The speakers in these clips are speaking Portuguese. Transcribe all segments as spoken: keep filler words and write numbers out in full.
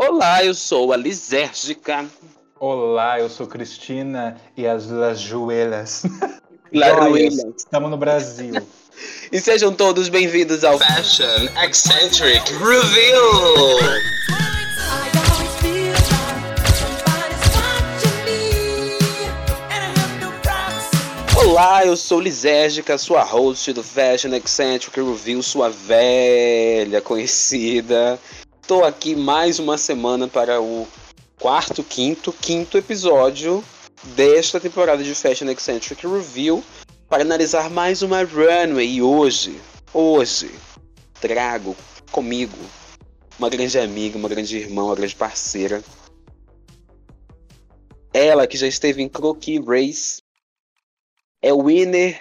Olá, eu sou a Lisérgica. Olá, eu sou Cristina e as Las Joelhas. Joias, estamos no Brasil. E sejam todos bem-vindos ao Fashion Eccentric Review! Olá, eu sou Lisérgica, sua host do Fashion Eccentric Review, sua velha conhecida. Estou aqui mais uma semana para o quarto, quinto, quinto episódio desta temporada de Fashion Eccentric Review para analisar mais uma runway. E hoje, hoje, trago comigo uma grande amiga, uma grande irmã, uma grande parceira. Ela que já esteve em Croquis Race, é winner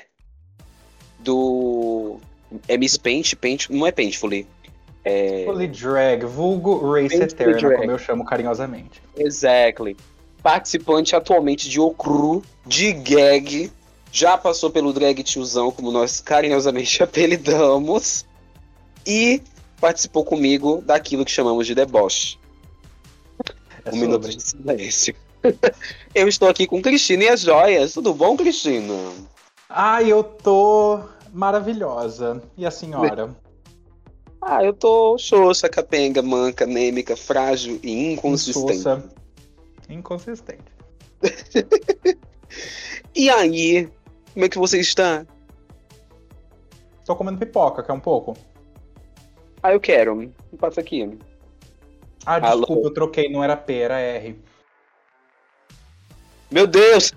do... É Miss Paint, Paint, não é Painfully. É... Holy Drag, vulgo Race Painfully Eterna, Drag. como eu chamo carinhosamente. Exactly. Participante atualmente de Ocru, de Gag, já passou pelo Drag Tiozão, como nós carinhosamente apelidamos, e participou comigo daquilo que chamamos de deboche. É um sobre. minuto de silêncio. Eu estou aqui com Cristina e as joias. Tudo bom, Cristina? Ai, eu tô maravilhosa. E a senhora? Ah, eu tô xoxa, capenga, manca, anêmica, frágil e inconsistente. Insossa. Inconsistente. E aí, como é que você está? Tô comendo pipoca, quer um pouco? Ah, eu quero. Passa aqui. Ah, Alô? desculpa, eu troquei, não era P, era R. Meu Deus!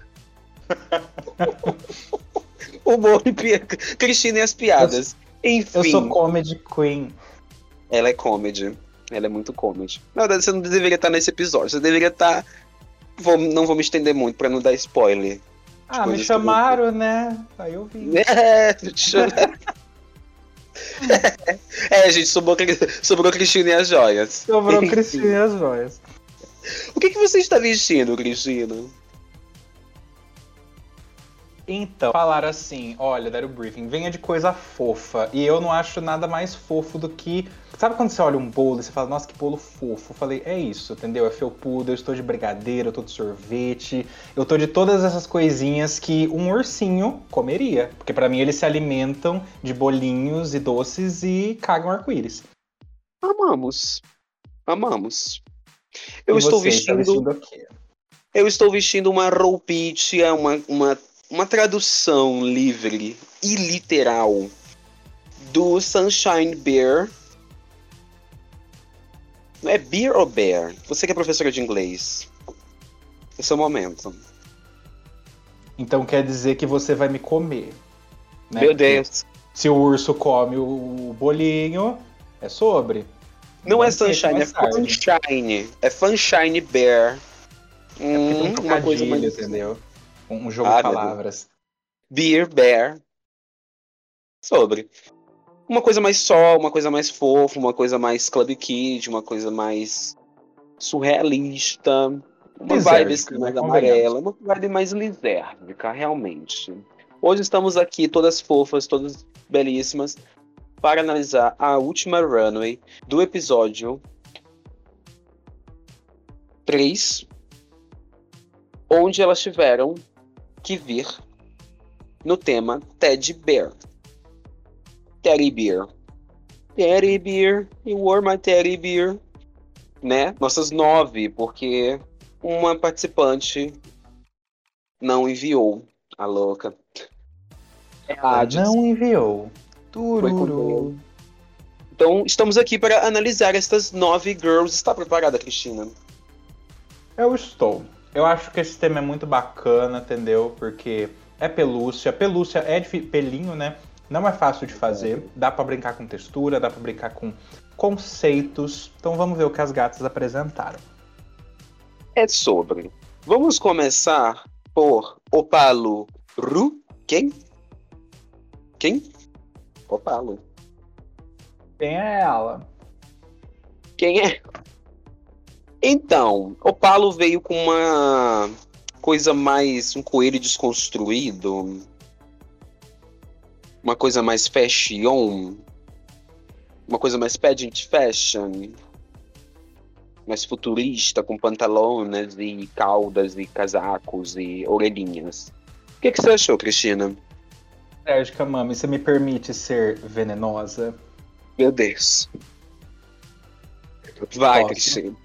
Humor e piada. Cristina e as piadas. Enfim. Eu sou comedy queen. Ela é comedy. Ela é muito comedy. Na verdade, você não deveria estar nesse episódio. Você deveria estar... Vou... Não vou me estender muito pra não dar spoiler. Ah, me chamaram, né? Aí eu vi. É, é, gente, sobrou, sobrou Cristina e as joias. Sobrou Cristina e as joias. O que, que você está vestindo, Cristina? Então, falaram assim, olha, deram o briefing, venha de coisa fofa. E eu não acho nada mais fofo do que... Sabe quando você olha um bolo e você fala, nossa, que bolo fofo? Eu falei, é isso, entendeu? É felpudo, eu estou de brigadeiro, eu tô de sorvete, eu tô de todas essas coisinhas que um ursinho comeria. Porque pra mim eles se alimentam de bolinhos e doces e cagam arco-íris. Amamos. Amamos. Eu E estou você, vestindo... Tá vestindo o quê? Eu estou vestindo uma roupinha, uma, uma, uma tradução livre e literal do Sunshine Bear. Não é Beer ou Bear? Você que é professora de inglês. Esse é o momento. Então quer dizer que você vai me comer, né? Meu Porque Deus. se o urso come o bolinho, é sobre. Não é Vamos ter Sunshine, é mais tarde. Funshine. É Funshine Bear. É porque tem um Hum, uma coisa trocadilho, mais... entendeu? Um jogo Ah, de meu palavras. Beer Bear. Sobre. Uma coisa mais sol, uma coisa mais fofa, uma coisa mais Club Kid, uma coisa mais surrealista. Uma vibe Lisérgica, assim, né? mais amarela, uma vibe mais lisérgica, realmente. Hoje estamos aqui todas fofas, todas belíssimas, para analisar a última runway do episódio três, onde elas tiveram que vir no tema Teddy Bear. Teddy Bear. Teddy Bear, you were my Teddy Bear. Né? Nossas nove, porque uma participante não enviou a louca. Ela Hades. não enviou. Foi com Tururu. Deus. Então, estamos aqui para analisar estas nove girls. Está preparada, Cristina? Eu estou. Eu acho que esse tema é muito bacana, entendeu? Porque é pelúcia. Pelúcia é de pelinho, né? Não é fácil de fazer. Dá pra brincar com textura, dá pra brincar com conceitos. Então vamos ver o que as gatas apresentaram. É sobre. Vamos começar por Opalu Ru. Quem? Quem? Opalu. Quem é ela? Quem é? Então, Opalu veio com uma coisa mais... Um coelho desconstruído. Uma coisa mais fashion. Uma coisa mais pageant fashion. mais futurista, com pantalonas e caudas e casacos e orelhinhas. O que, que você achou, Cristina? Sérgica, mami, você me permite ser venenosa? Meu Deus. Vai, Posso. Cristina.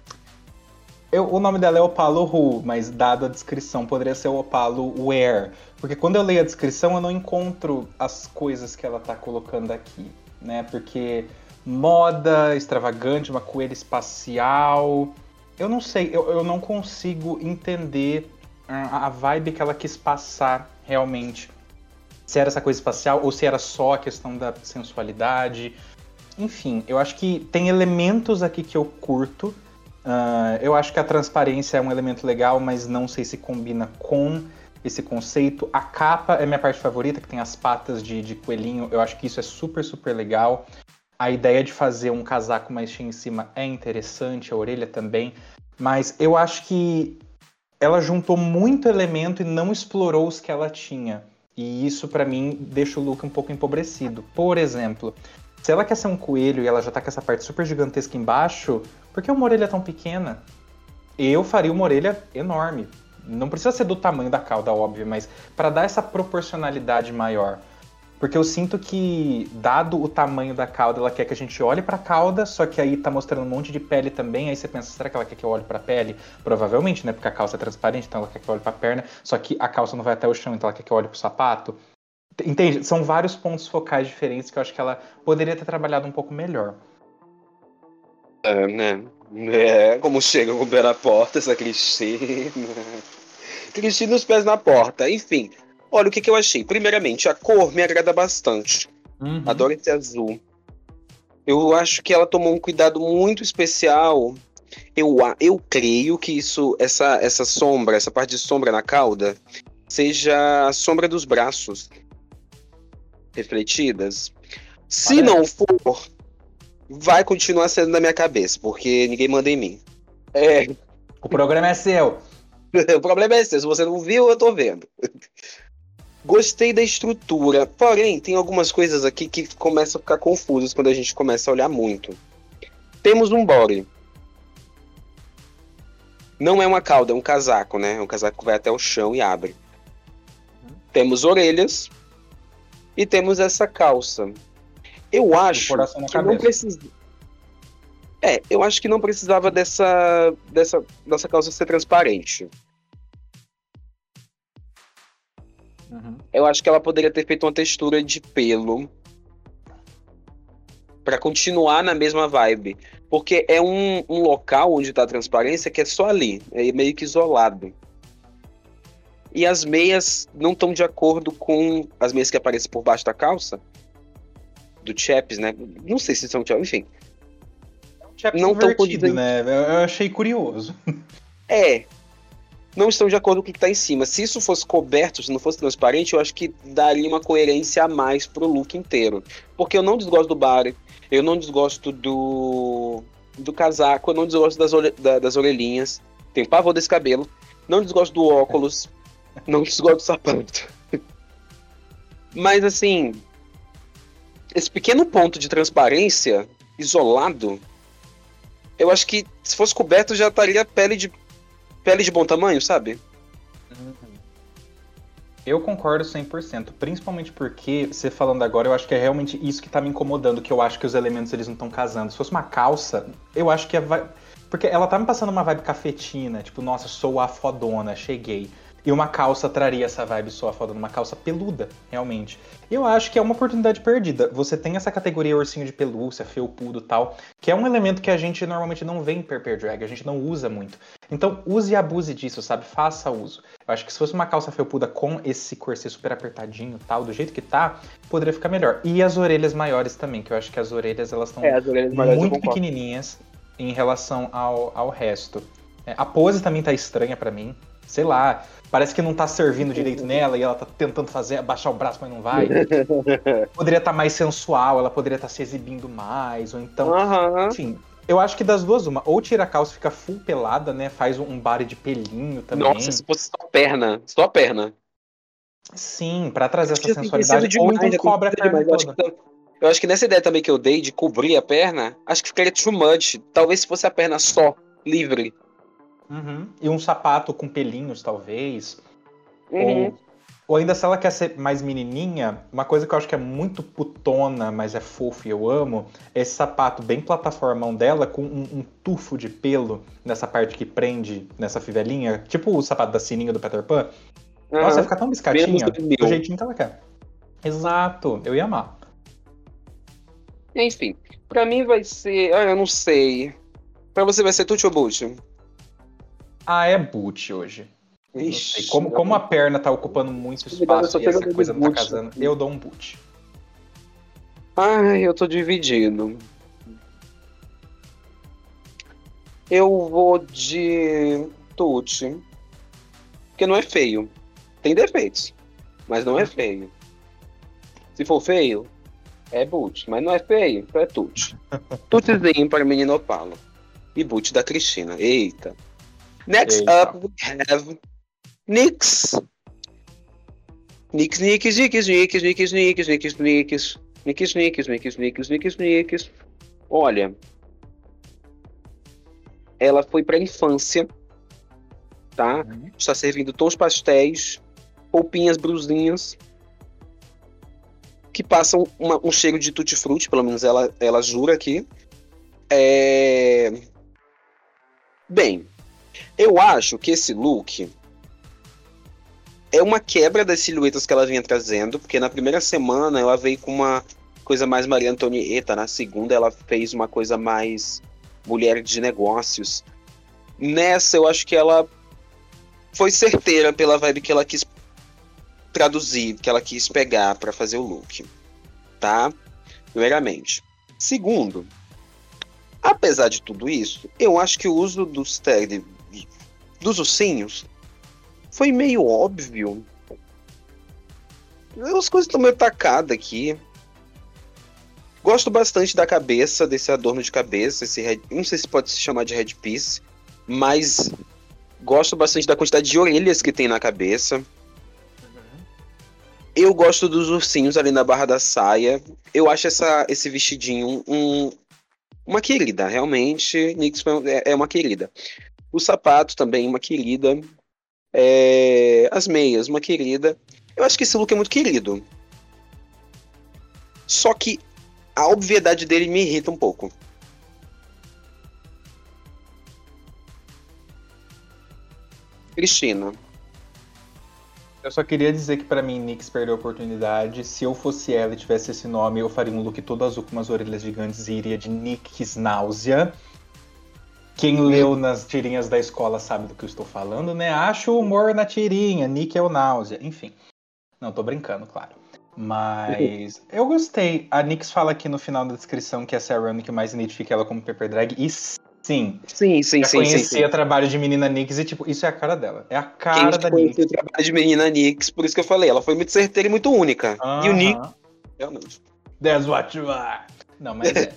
Eu, o nome dela é Opalo Who, mas dado a descrição, poderia ser Opalo Where. Porque quando eu leio a descrição, eu não encontro as coisas que ela tá colocando aqui, né? Porque moda extravagante, uma coelha espacial... Eu não sei, eu, eu não consigo entender a, a vibe que ela quis passar realmente. Se era essa coisa espacial ou se era só a questão da sensualidade. Enfim, eu acho que tem elementos aqui que eu curto. Uh, eu acho que a transparência é um elemento legal, mas não sei se combina com esse conceito. A capa é minha parte favorita, que tem as patas de, de coelhinho. Eu acho que isso é super, super legal. A ideia de fazer um casaco mais cheio em cima é interessante, a orelha também. Mas eu acho que ela juntou muito elemento e não explorou os que ela tinha. E isso, pra mim, deixa o look um pouco empobrecido. Por exemplo, se ela quer ser um coelho e ela já tá com essa parte super gigantesca embaixo, por que uma orelha tão pequena? Eu faria uma orelha enorme. Não precisa ser do tamanho da cauda, óbvio, mas para dar essa proporcionalidade maior. Porque eu sinto que, dado o tamanho da cauda, ela quer que a gente olhe pra cauda, só que aí tá mostrando um monte de pele também, aí você pensa, será que ela quer que eu olhe pra pele? Provavelmente, né? Porque a calça é transparente, então ela quer que eu olhe pra perna, só que a calça não vai até o chão, então ela quer que eu olhe pro sapato. Entende? São vários pontos focais diferentes que eu acho que ela poderia ter trabalhado um pouco melhor. É, né? É, como chega com o pé na porta, essa Cristina. Cristina, os pés na porta. Enfim, olha o que, que eu achei. Primeiramente, a cor me agrada bastante. Uhum. Adoro esse azul. Eu acho que ela tomou um cuidado muito especial. Eu, eu creio que isso, essa, essa sombra, essa parte de sombra na cauda, seja a sombra dos braços refletidas. Se Parece. não for, vai continuar sendo na minha cabeça, porque ninguém manda em mim. É. O programa é seu. O problema é esse, se você não viu, eu tô vendo. Gostei da estrutura, porém, tem algumas coisas aqui que começam a ficar confusas quando a gente começa a olhar muito. Temos um body. Não é uma cauda, é um casaco, né? Um casaco que vai até o chão e abre. Uhum. Temos orelhas e temos essa calça. Eu acho que não precisa. É, eu acho que não precisava dessa, dessa, dessa calça ser transparente. Uhum. Eu acho que ela poderia ter feito uma textura de pelo para continuar na mesma vibe. Porque é um, um local onde tá a transparência que é só ali. É meio que isolado. E as meias não estão de acordo com as meias que aparecem por baixo da calça. Do chaps, né? Não sei se são chaps, enfim. Chaps não invertido, né? Eu achei curioso. É. Não estão de acordo com o que está em cima. Se isso fosse coberto, se não fosse transparente, eu acho que daria uma coerência a mais pro look inteiro. Porque eu não desgosto do body, eu não desgosto do, do casaco, eu não desgosto das, ore... das orelhinhas, tenho pavor desse cabelo, não desgosto do óculos, não desgosto do sapato. Mas assim, esse pequeno ponto de transparência isolado, eu acho que se fosse coberto já estaria pele de Pele de bom tamanho, sabe? Eu concordo cem por cento, principalmente porque, você falando agora, eu acho que é realmente isso que tá me incomodando, que eu acho que os elementos eles não estão casando. Se fosse uma calça, eu acho que é... Porque ela tá me passando uma vibe cafetina, tipo, nossa, sou a fodona, cheguei. E uma calça traria essa vibe, sou a fodona, uma calça peluda, realmente. Eu acho que é uma oportunidade perdida. Você tem essa categoria ursinho de pelúcia, felpudo e tal, que é um elemento que a gente normalmente não vê em Paper Drag, a gente não usa muito. Então, use e abuse disso, sabe? Faça uso. Eu acho que se fosse uma calça felpuda com esse corset super apertadinho e tal, do jeito que tá, poderia ficar melhor. E as orelhas maiores também, que eu acho que as orelhas, elas estão é, muito pequenininhas em relação ao, ao resto. É, a pose também tá estranha pra mim. Sei lá, parece que não tá servindo direito nela e ela tá tentando fazer, abaixar o braço, mas não vai. Poderia estar tá mais sensual, ela poderia estar tá se exibindo mais, ou então... Uhum. Enfim, eu acho que das duas, uma. Ou tira a calça e fica full pelada, né? Faz um body de pelinho também. Nossa, se fosse só a perna, só a perna. Sim, pra trazer essa sensualidade. Ou então cobre a perna toda. Eu acho, que, Eu acho que nessa ideia também que eu dei de cobrir a perna, acho que ficaria too much. Talvez se fosse a perna só, livre. Uhum. E um sapato com pelinhos, talvez. Uhum. Ou, ou ainda se ela quer ser mais menininha, uma coisa que eu acho que é muito putona, mas é fofo e eu amo, é esse sapato bem plataformão dela, com um, um tufo de pelo nessa parte que prende nessa fivelinha. Tipo o sapato da Sininho do Peter Pan. Uhum. Nossa, vai ficar tão biscatinha Menos do jeitinho que ela quer. Exato, eu ia amar. Enfim, pra mim vai ser... Ah, eu não sei. Pra você vai ser tutti ou boot? Ah, é boot hoje. Não sei. Ixi, Como, não. como a perna tá ocupando muito Se duvidar, eu espaço só e tenho essa um coisa não tá boot. casando, eu dou um boot. Ai, eu tô dividindo. Eu vou de tutti. Porque não é feio. Tem defeitos, mas não é feio. Se for feio, é boot. Mas não é feio, então é tutti. Tuttizinho para menino Opala. E boot da Cristina. Eita. Next Eita. up, we have Nix. Nix, Nix, Nix, Nix, Nix, Nix, Nix, Nix, Nix, Nix, Nix, Nix, Nix, Nix, Nix. Olha, ela foi pra infância, tá? Uhum. Está servindo tons pastéis, roupinhas, brusinhas, que passam uma, um cheiro de tutti-frutti, pelo menos ela, ela jura aqui. É... Bem, eu acho que esse look é uma quebra das silhuetas que ela vinha trazendo, porque na primeira semana ela veio com uma coisa mais Maria Antonieta, na segunda ela fez uma coisa mais mulher de negócios. Nessa eu acho que ela foi certeira pela vibe que ela quis traduzir, que ela quis pegar para fazer o look, tá? Primeiramente. Segundo, apesar de tudo isso, eu acho que o uso dos tag, dos ursinhos foi meio óbvio. As coisas estão meio tacadas aqui. Gosto bastante da cabeça, desse adorno de cabeça, esse head, não sei se pode se chamar de headpiece, mas gosto bastante da quantidade de orelhas que tem na cabeça. Eu gosto dos ursinhos ali na barra da saia. Eu acho essa, esse vestidinho um, uma querida, realmente. Nix é, é uma querida. O sapato também, uma querida. É, as meias, uma querida. Eu acho que esse look é muito querido. Só que a obviedade dele me irrita um pouco. Cristina. Eu só queria dizer que pra mim Nix perdeu a oportunidade. Se eu fosse ela e tivesse esse nome, eu faria um look todo azul com umas orelhas gigantes e iria de Nix Náusea. Quem leu nas tirinhas da escola sabe do que eu estou falando, né? Acho humor na tirinha, Nick é o Náusea. Enfim. Não, tô brincando, claro. Mas eu gostei. A Nix fala aqui no final da descrição que essa é a run que mais identifica ela como Pepper Drag. E sim, Sim, sim, já sim. conhecia o trabalho de menina Nix e, tipo, isso é a cara dela. É a cara Quem da conhece Nix. o trabalho de menina Nix, por isso que eu falei, ela foi muito certeira e muito única. Uh-huh. E o Nick, realmente. That's what you are. Não, mas é.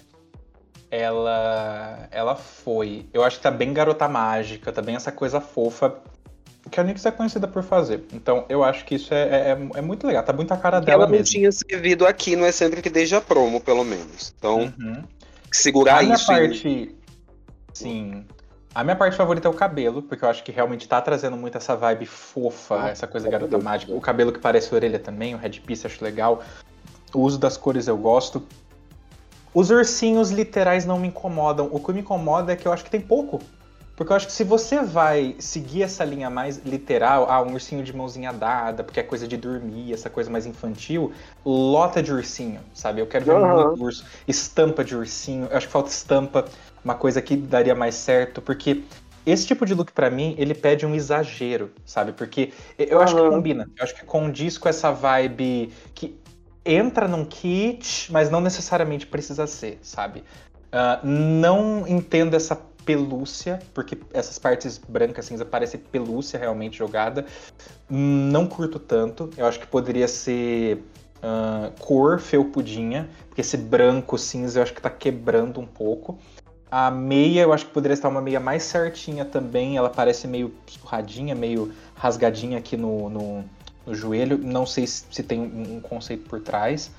ela, ela foi. Eu acho que tá bem garota mágica, tá bem essa coisa fofa que a Nix é conhecida por fazer. Então, eu acho que isso é, é, é muito legal. Tá muito a cara dela ela mesmo. não tinha servido aqui no Eccentric desde a promo, pelo menos. Então, uhum. segurar a minha isso... parte, e... sim... A minha parte favorita é o cabelo, porque eu acho que realmente tá trazendo muito essa vibe fofa, ah, essa coisa garota mágica. O cabelo que parece orelha também, o headpiece acho legal. O uso das cores eu gosto. Os ursinhos literais não me incomodam. O que me incomoda é que eu acho que tem pouco. Porque eu acho que se você vai seguir essa linha mais literal, ah, um ursinho de mãozinha dada, porque é coisa de dormir, essa coisa mais infantil, lota de ursinho, sabe? Eu quero ver uhum. muito urso. Estampa de ursinho, eu acho que falta estampa, uma coisa que daria mais certo, porque esse tipo de look pra mim, ele pede um exagero, sabe? Porque eu uhum. acho que combina, eu acho que condiz com essa vibe que entra num kit, mas não necessariamente precisa ser, sabe? Uh, não entendo essa pelúcia, porque essas partes brancas, cinza, parecem pelúcia realmente jogada. Não curto tanto. Eu acho que poderia ser uh, cor felpudinha, porque esse branco cinza eu acho que tá quebrando um pouco. A meia eu acho que poderia estar uma meia mais certinha também. Ela parece meio surradinha, meio rasgadinha aqui no, no, no joelho. Não sei se, se tem um, um conceito por trás.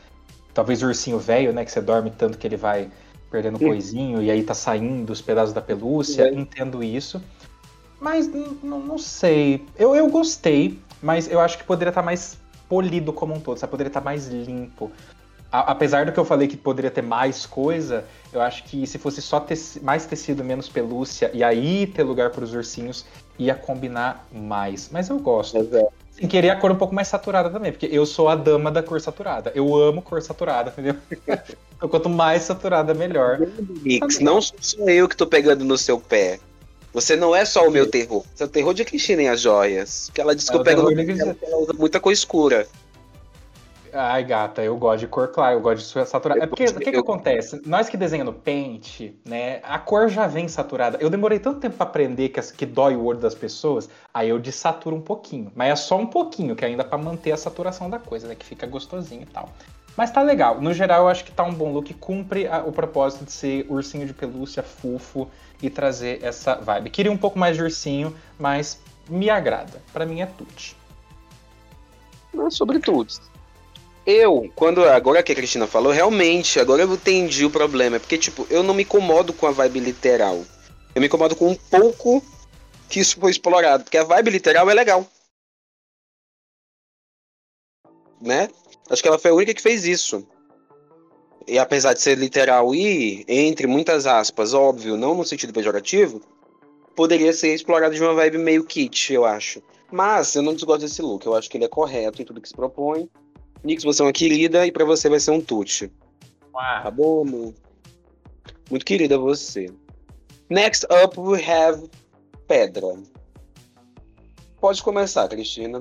talvez o ursinho velho, né? Que você dorme tanto que ele vai perdendo coisinho e aí tá saindo os pedaços da pelúcia. É. Entendo isso. Mas não sei. Eu, eu gostei, mas eu acho que poderia estar mais polido como um todo, sabe? Poderia estar mais limpo. A, apesar do que eu falei que poderia ter mais coisa, eu acho que se fosse só teci- mais tecido, menos pelúcia, e aí ter lugar para os ursinhos, ia combinar mais. Mas eu gosto. Exato. Sem querer a cor um pouco mais saturada também, porque eu sou a dama da cor saturada. Eu amo cor saturada, entendeu? Então, quanto mais saturada, melhor. Mix, não sou eu que tô pegando no seu pé. Você não é só o meu terror. Você é o terror de Cristina em As Joias. Porque ela diz que É eu o pego no terror pé de dela, porque ela usa muita cor escura. Ai, gata, eu gosto de cor clara, eu gosto de cor saturada. É porque, o que que Eu- acontece? Nós que desenhamos no Paint, né, a cor já vem saturada. Eu demorei tanto tempo pra aprender que, as- que dói o olho das pessoas, aí eu dessaturo um pouquinho. Mas é só um pouquinho, que ainda pra manter a saturação da coisa, né, que fica gostosinho e tal. Mas tá legal. No geral, eu acho que tá um bom look, cumpre a- o propósito de ser ursinho de pelúcia, fofo, e trazer essa vibe. Queria um pouco mais de ursinho, mas me agrada. Pra mim é tudo. Não, sobretudo. Eu, quando agora que a Cristina falou, realmente, agora eu entendi o problema. É porque, tipo, eu não me incomodo com a vibe literal. Eu me incomodo com um pouco que isso foi explorado. Porque a vibe literal é legal. Né? Acho que ela foi a única que fez isso. E apesar de ser literal e, entre muitas aspas, óbvio, não no sentido pejorativo, poderia ser explorado de uma vibe meio kitsch, eu acho. Mas eu não desgosto desse look. Eu acho que ele é correto em tudo que se propõe. Nix, você é uma querida e pra você vai ser um tute. Tá bom, amor? Muito querida você. Next up we have Pedra. Pode começar, Cristina.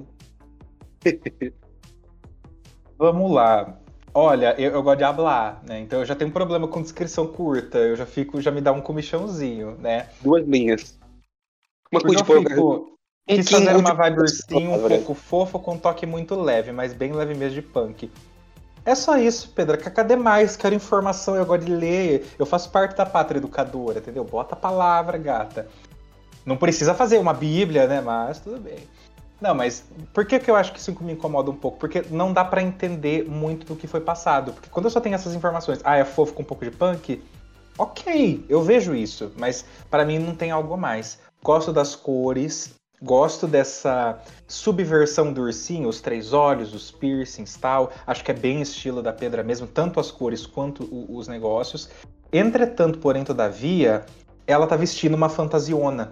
Vamos lá. Olha, eu, eu gosto de hablar, né? Então eu já tenho um problema com descrição curta. Eu já fico, já me dá um comichãozinho, né? Duas linhas. Uma Porque coisa eu de pôr fico. um Quis King fazer um uma de vibe ursinho um palavra. pouco fofo com um toque muito leve, mas bem leve mesmo de punk. É só isso, Pedro. Cadê mais? Quero informação, eu gosto de ler. Eu faço parte da pátria educadora, entendeu? Bota a palavra, gata. Não precisa fazer uma bíblia, né? Mas tudo bem. Não, mas por que, que eu acho que isso me incomoda um pouco? Porque não dá pra entender muito do que foi passado. Porque quando eu só tenho essas informações, ah, é fofo com um pouco de punk, ok, eu vejo isso, mas pra mim não tem algo a mais. Gosto das cores, gosto dessa subversão do ursinho, os três olhos, os piercings e tal. Acho que é bem estilo da Pedra mesmo, tanto as cores quanto o, os negócios. Entretanto, porém, todavia, ela tá vestindo uma fantasiona.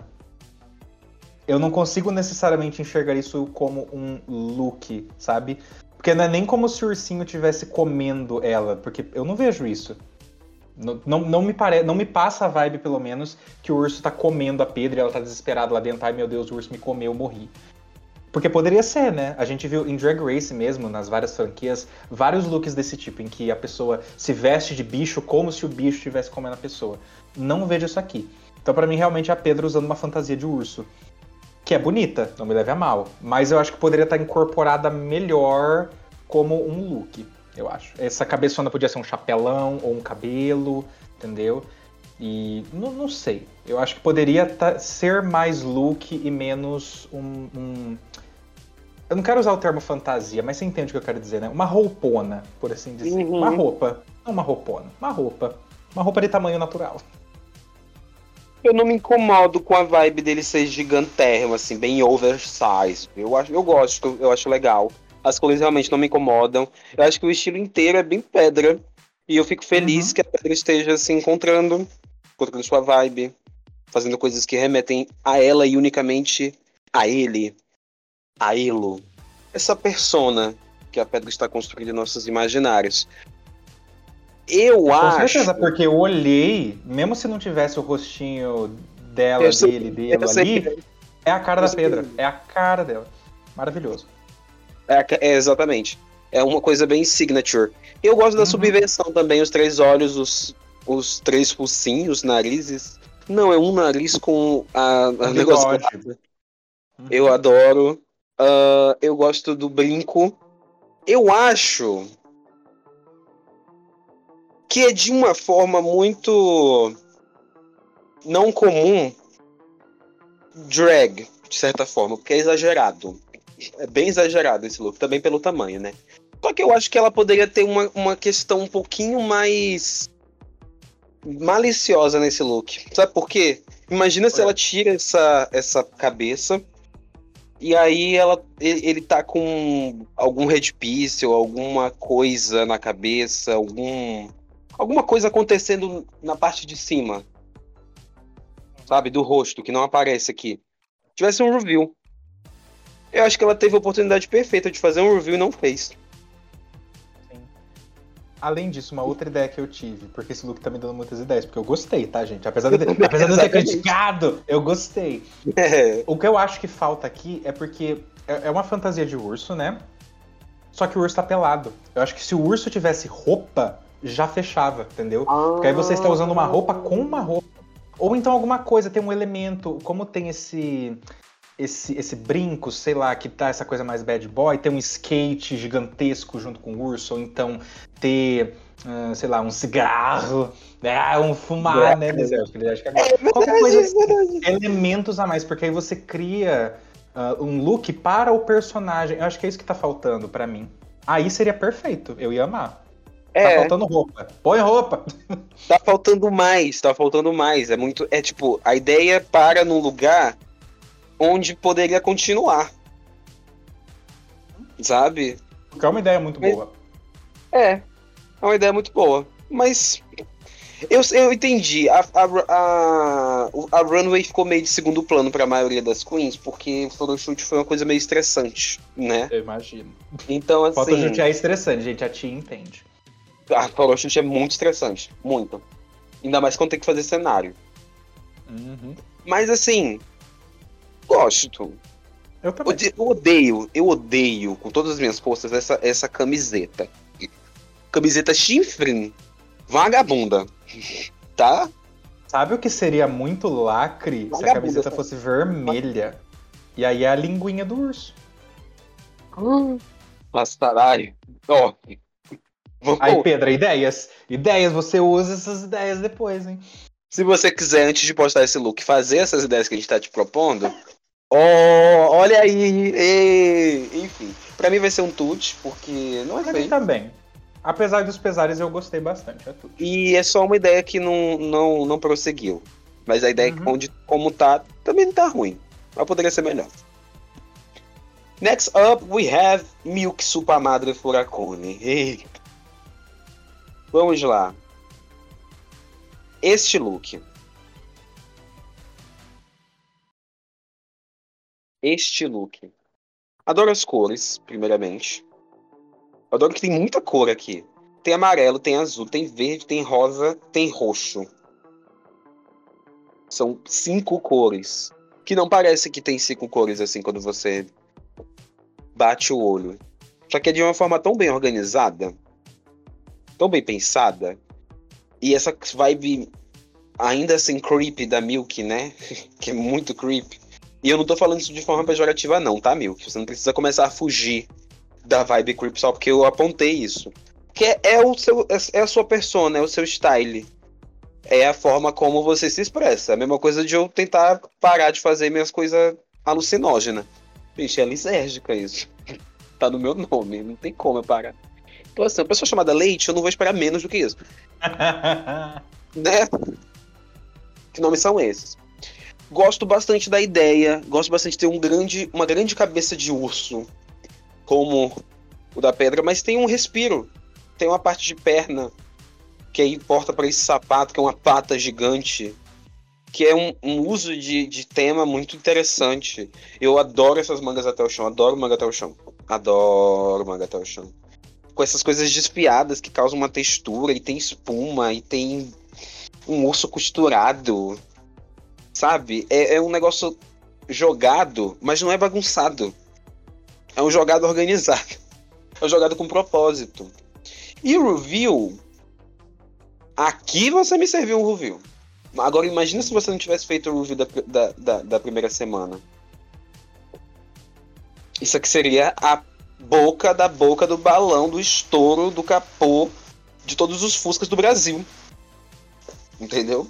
Eu não consigo necessariamente enxergar isso como um look, sabe? Porque não é nem como se o ursinho estivesse comendo ela, porque eu não vejo isso. Não, não, não, me pare... não me passa a vibe, pelo menos, que o urso tá comendo a Pedra e ela tá desesperada lá dentro. Ai, meu Deus, o urso me comeu, eu morri. Porque poderia ser, né? A gente viu em Drag Race mesmo, nas várias franquias, vários looks desse tipo, em que a pessoa se veste de bicho como se o bicho estivesse comendo a pessoa. Não vejo isso aqui. Então, pra mim, realmente, é a Pedra usando uma fantasia de urso. Que é bonita, não me leve a mal. Mas eu acho que poderia estar incorporada melhor como um look, eu acho. Essa cabeçona podia ser um chapelão ou um cabelo, entendeu? E não, não sei. Eu acho que poderia tá, ser mais look e menos um, um... Eu não quero usar o termo fantasia, mas você entende o que eu quero dizer, né? Uma roupona, por assim dizer. Uhum. Uma roupa. Não uma roupona. Uma roupa. Uma roupa de tamanho natural. Eu não me incomodo com a vibe dele ser gigantérrimo, assim, bem oversized. Eu, acho, eu gosto, eu acho legal. As cores realmente não me incomodam. Eu acho que o estilo inteiro é bem Pedra. E eu fico feliz Uhum. que a Pedra esteja se encontrando, encontrando sua vibe, fazendo coisas que remetem a ela e unicamente a ele, a Elo. Essa persona que a Pedra está construindo em nossos imaginários. Eu Com acho... certeza, porque eu olhei, mesmo se não tivesse o rostinho dela, Eu sei- dele, dele eu sei ali, que- é a cara eu da sei Pedra. que- É a cara dela. Maravilhoso. É, é, exatamente. É uma coisa bem signature. Eu gosto da Uhum. subversão também, os três olhos, os, os três focinhos, narizes. Não, é um nariz com a, a Um negócio bigode. quadrado. Uhum. Eu adoro. Ah, eu gosto do brinco. Eu acho que é de uma forma muito não comum drag, de certa forma, porque é exagerado. É bem exagerado esse look, também pelo tamanho, né? Só que eu acho que ela poderia ter uma, uma questão um pouquinho mais maliciosa nesse look. Sabe por quê? Imagina se É. ela tira essa, essa cabeça e aí ela, ele, ele tá com algum headpiece ou alguma coisa na cabeça, algum, alguma coisa acontecendo na parte de cima, sabe? Do rosto, que não aparece aqui. Tivesse um review. Eu acho que ela teve a oportunidade perfeita de fazer um review e não fez. Sim. Além disso, uma outra ideia que eu tive, porque esse look tá me dando muitas ideias, porque eu gostei, tá, gente? Apesar de, eu ter- apesar de eu ter Exatamente. criticado, eu gostei. É. O que eu acho que falta aqui é porque é é uma fantasia de urso, né? Só que o urso tá pelado. Eu acho que se o urso tivesse roupa, já fechava, entendeu? Porque aí você está usando uma roupa com uma roupa. Ou então alguma coisa, tem um elemento, como tem esse esse, esse brinco, sei lá, que tá essa coisa mais bad boy, ter um skate gigantesco junto com o urso, ou então ter, uh, sei lá, um cigarro, né, um fumar, né, nesse, acho que ele acha que agora. Qualquer coisa assim, elementos a mais, porque aí você cria uh, um look para o personagem. Eu acho que é isso que tá faltando pra mim. Aí seria perfeito, eu ia amar. Tá É, faltando roupa. Põe roupa! tá faltando mais, tá faltando mais. É muito. É tipo, a ideia para num lugar onde poderia continuar. Sabe? Porque é uma ideia muito boa. É. É uma ideia muito boa. Mas. Eu, eu entendi. A, a, a, a runway ficou meio de segundo plano pra maioria das queens, porque o photoshoot foi uma coisa meio estressante, né? Eu imagino. Então, assim. Photoshoot é estressante, gente. A tia entende. A photoshoot é muito estressante. Muito. Ainda mais quando tem que fazer cenário. Uhum. Mas, assim. Gosto. Eu também. Ode- Eu odeio, eu odeio com todas as minhas forças essa, essa camiseta. Camiseta chifre, vagabunda. Tá? Sabe o que seria muito lacre se a Vagabunda, camiseta sabe? fosse vermelha? E aí é a linguinha do urso. Mas caralho. Ó. Vamos- Aí, Pedro, ideias. Ideias, você usa essas ideias depois, hein? Se você quiser, antes de postar esse look, fazer essas ideias que a gente tá te propondo, ó, olha aí. Ei, enfim, pra mim vai ser um tute, porque não é Pra mim feio. também. Apesar dos pesares, eu gostei bastante. É tudo. E é só uma ideia que não, não, não prosseguiu. Mas a ideia Uhum. que onde, como tá, também não tá ruim. Mas poderia ser melhor. Next up, we have Milk Super Madre Furacone. Eita. Vamos lá. Este look. Este look. Adoro as cores, primeiramente. Adoro que tem muita cor aqui. Tem amarelo, tem azul, tem verde, tem rosa, tem roxo. São cinco cores. Que não parece que tem cinco cores assim quando você bate o olho. Só que é de uma forma tão bem organizada, tão bem pensada. E essa vibe ainda assim creepy da Milk, né? Que é muito creepy. E eu não tô falando isso de forma pejorativa não, tá, Milk? Você não precisa começar a fugir da vibe creepy só porque eu apontei isso. Que é, é, o seu, é a sua persona, é o seu style. É a forma como você se expressa. É a mesma coisa de eu tentar parar de fazer minhas coisas alucinógenas. Vixe, é lisérgica isso. Tá no meu nome, não tem como eu parar. Então assim, uma pessoa chamada Leite, eu não vou esperar menos do que isso. Né? Que nomes são esses? Gosto bastante da ideia, gosto bastante de ter um grande, uma grande cabeça de urso, como o da pedra, mas tem um respiro. Tem uma parte de perna que aí importa para esse sapato, que é uma pata gigante, que é um, um uso de, de tema muito interessante. Eu adoro essas mangas até o chão, adoro manga até o chão. Adoro manga até o chão. Com essas coisas desfiadas que causam uma textura, e tem espuma, e tem um urso costurado. Sabe? É, é um negócio jogado, mas não é bagunçado. É um jogado organizado. É um jogado com propósito. E o review... Aqui você me serviu um review. Agora imagina se você não tivesse feito o review da, da, da, da primeira semana. Isso aqui seria a boca da boca do balão, do estouro, do capô de todos os Fuscas do Brasil. Entendeu?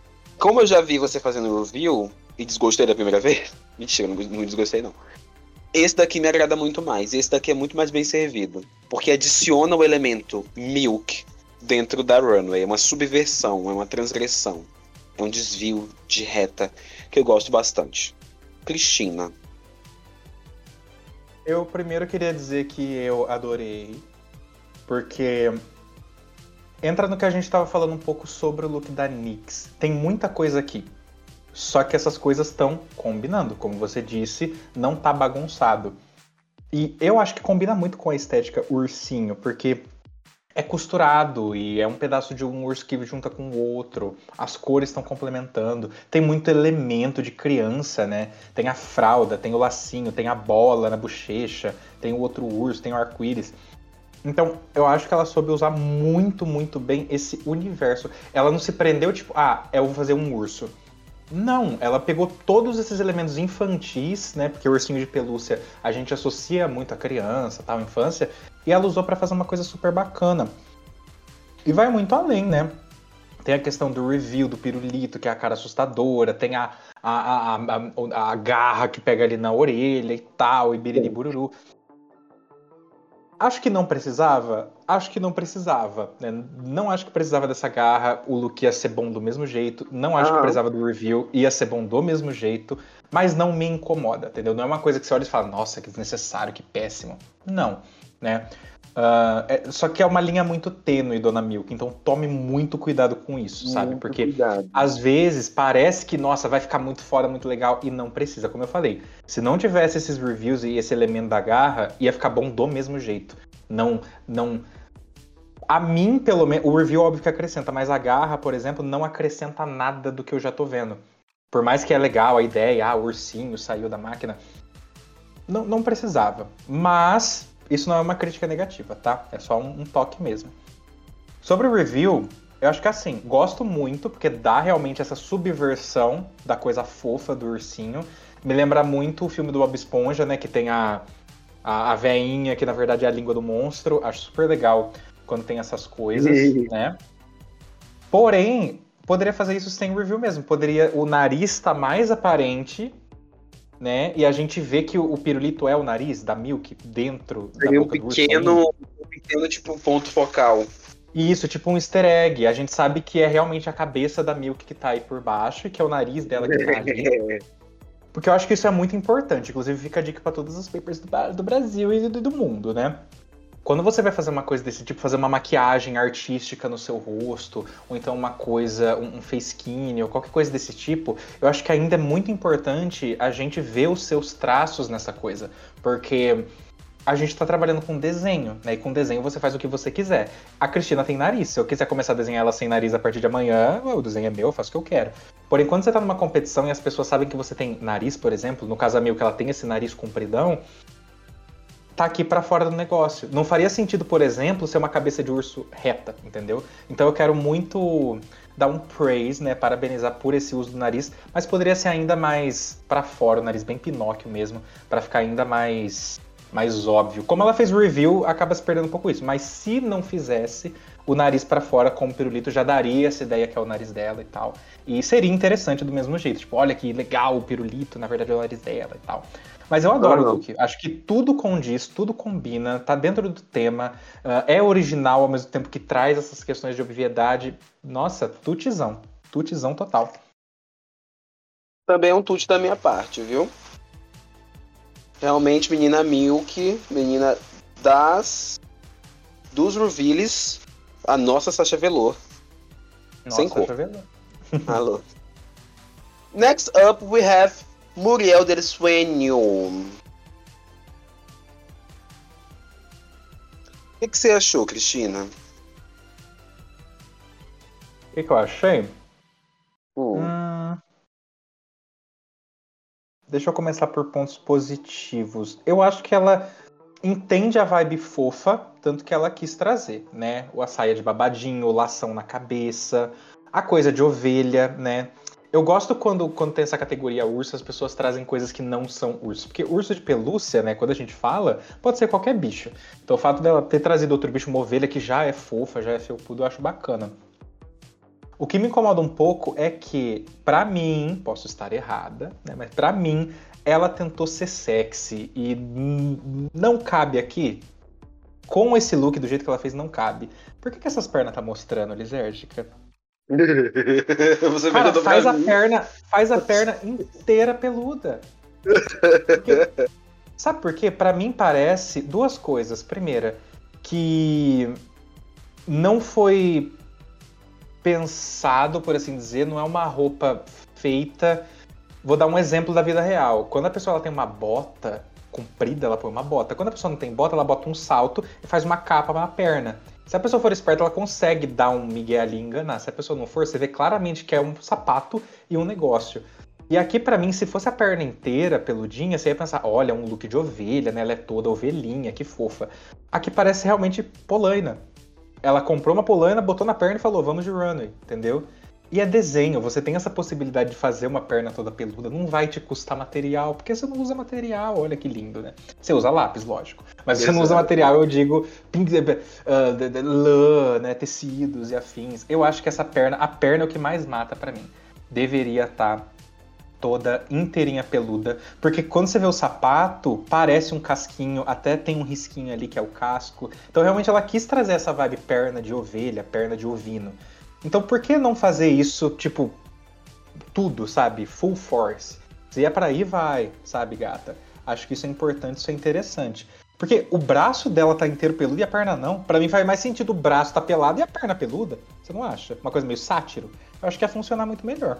Como eu já vi você fazendo review e desgostei da primeira vez... Mentira, não, não desgostei não. Esse daqui me agrada muito mais. Esse daqui é muito mais bem servido. Porque adiciona o elemento milk dentro da runway. É uma subversão, é uma transgressão. É um desvio de reta que eu gosto bastante. Cristina. Eu primeiro queria dizer que eu adorei. Porque entra no que a gente estava falando um pouco sobre o look da Nyx. Tem muita coisa aqui. Só que essas coisas estão combinando. Como você disse, não tá bagunçado. E eu acho que combina muito com a estética ursinho, porque é costurado e é um pedaço de um urso que junta com o outro. As cores estão complementando. Tem muito elemento de criança, né? Tem a fralda, tem o lacinho, tem a bola na bochecha, tem o outro urso, tem o arco-íris. Então, eu acho que ela soube usar muito, muito bem esse universo. Ela não se prendeu, tipo, ah, eu vou fazer um urso. Não, ela pegou todos esses elementos infantis, né? Porque o ursinho de pelúcia a gente associa muito à criança, tal, infância, e ela usou pra fazer uma coisa super bacana. E vai muito além, né? Tem a questão do reveal do pirulito, que é a cara assustadora, tem a, a, a, a, a garra que pega ali na orelha e tal, e biriri bururu. Acho que não precisava? Acho que não precisava. Né? Não acho que precisava dessa garra. O look ia ser bom do mesmo jeito. Não acho ah. que precisava do review. Ia ser bom do mesmo jeito. Mas não me incomoda, entendeu? Não é uma coisa que você olha e fala, nossa, que desnecessário, que péssimo. Não, né? Uh, é, só que é uma linha muito tênue, Dona Milk. Então tome muito cuidado com isso, muito sabe? Porque cuidado. Às vezes parece que, nossa, vai ficar muito foda, muito legal. E não precisa, como eu falei. Se não tivesse esses reviews e esse elemento da garra, ia ficar bom do mesmo jeito. Não, não... A mim, pelo menos, o review óbvio que acrescenta, mas a garra, por exemplo, não acrescenta nada do que eu já tô vendo. Por mais que é legal a ideia, ah, o ursinho saiu da máquina. Não, não precisava. Mas isso não é uma crítica negativa, tá? É só um, um toque mesmo. Sobre o review, eu acho que assim, gosto muito, porque dá realmente essa subversão da coisa fofa do ursinho. Me lembra muito o filme do Bob Esponja, né? Que tem a... A, a veinha, que na verdade é a língua do monstro. Acho super legal quando tem essas coisas, né? Porém, poderia fazer isso sem review mesmo. Poderia, o nariz tá mais aparente, né? E a gente vê que o, o pirulito é o nariz da Milk dentro Seria da boca um pequeno, do urso. Um pequeno, tipo, ponto focal. Isso, tipo um easter egg. A gente sabe que é realmente a cabeça da Milk que tá aí por baixo e que é o nariz dela que tá ali. Porque eu acho que isso é muito importante. Inclusive, fica a dica para todos os papers do, do Brasil e do, do mundo, né? Quando você vai fazer uma coisa desse tipo, fazer uma maquiagem artística no seu rosto, ou então uma coisa, um, um face skin, ou qualquer coisa desse tipo, eu acho que ainda é muito importante a gente ver os seus traços nessa coisa. Porque a gente tá trabalhando com desenho, né? E com desenho você faz o que você quiser. A Cristina tem nariz. Se eu quiser começar a desenhar ela sem nariz a partir de amanhã, o desenho é meu, eu faço o que eu quero. Porém, quando você tá numa competição e as pessoas sabem que você tem nariz, por exemplo, no caso a Milk, ela tem esse nariz compridão, tá aqui pra fora do negócio. Não faria sentido, por exemplo, ser uma cabeça de urso reta, entendeu? Então eu quero muito dar um praise, né? Parabenizar por esse uso do nariz, mas poderia ser ainda mais pra fora, o nariz bem Pinóquio mesmo, pra ficar ainda mais... mais óbvio. Como ela fez o review, acaba se perdendo um pouco isso. Mas se não fizesse, o nariz pra fora como pirulito já daria essa ideia que é o nariz dela e tal. E seria interessante do mesmo jeito. Tipo, olha que legal o pirulito, na verdade é o nariz dela e tal. Mas eu adoro o look. Acho que tudo condiz, tudo combina, tá dentro do tema, uh, é original ao mesmo tempo que traz essas questões de obviedade. Nossa, tutizão. Tutizão total. Também é um tute da minha parte, viu? Realmente, menina Milk, menina das... dos reveals, a nossa Sasha Velour. Nossa, sem cor. Sasha Velour. Alô. Next up, we have Muriel del Sueño. O que, que você achou, Cristina? O que, que eu achei? Hum. Hum... Deixa eu começar por pontos positivos. Eu acho que ela entende a vibe fofa, tanto que ela quis trazer, né? A saia de babadinho, o lação na cabeça, a coisa de ovelha, né? Eu gosto quando, quando tem essa categoria urso, as pessoas trazem coisas que não são urso. Porque urso de pelúcia, né, quando a gente fala, pode ser qualquer bicho. Então o fato dela ter trazido outro bicho, uma ovelha que já é fofa, já é felpudo, eu acho bacana. O que me incomoda um pouco é que, pra mim, posso estar errada, né? Mas pra mim, ela tentou ser sexy e n- não cabe aqui. Com esse look, do jeito que ela fez, não cabe. Por que, que essas pernas tá mostrando, lisérgica? Você Cara, perguntou pra faz a mim. perna, faz a perna inteira peluda. Porque- sabe por quê? Pra mim parece duas coisas. Primeira, que não foi pensado, por assim dizer, não é uma roupa feita. Vou dar um exemplo da vida real. Quando a pessoa ela tem uma bota comprida, ela põe uma bota. Quando a pessoa não tem bota, ela bota um salto e faz uma capa na perna. Se a pessoa for esperta, ela consegue dar um migué ali e enganar. Se a pessoa não for, você vê claramente que é um sapato e um negócio. E aqui, pra mim, se fosse a perna inteira, peludinha, você ia pensar, olha, um look de ovelha, né? Ela é toda ovelhinha, que fofa. Aqui parece realmente polaina. Ela comprou uma polaina, botou na perna e falou, vamos de runway, entendeu? E é desenho, você tem essa possibilidade de fazer uma perna toda peluda, não vai te custar material, porque você não usa material, olha que lindo, né? Você usa lápis, lógico, mas você Exato. não usa material, eu digo pink, uh, de, de, lã, né, tecidos e afins. Eu acho que essa perna, a perna é o que mais mata pra mim. Deveria estar toda inteirinha peluda, porque quando você vê o sapato, parece um casquinho, até tem um risquinho ali que é o casco. Então realmente ela quis trazer essa vibe perna de ovelha, perna de ovino. Então por que não fazer isso, tipo, tudo, sabe? Full force. Se é pra ir, vai, sabe, gata? Acho que isso é importante, isso é interessante. Porque o braço dela tá inteiro peludo e a perna não. Pra mim faz mais sentido o braço tá pelado e a perna peluda. Você não acha? Uma coisa meio sátiro. Eu acho que ia funcionar muito melhor.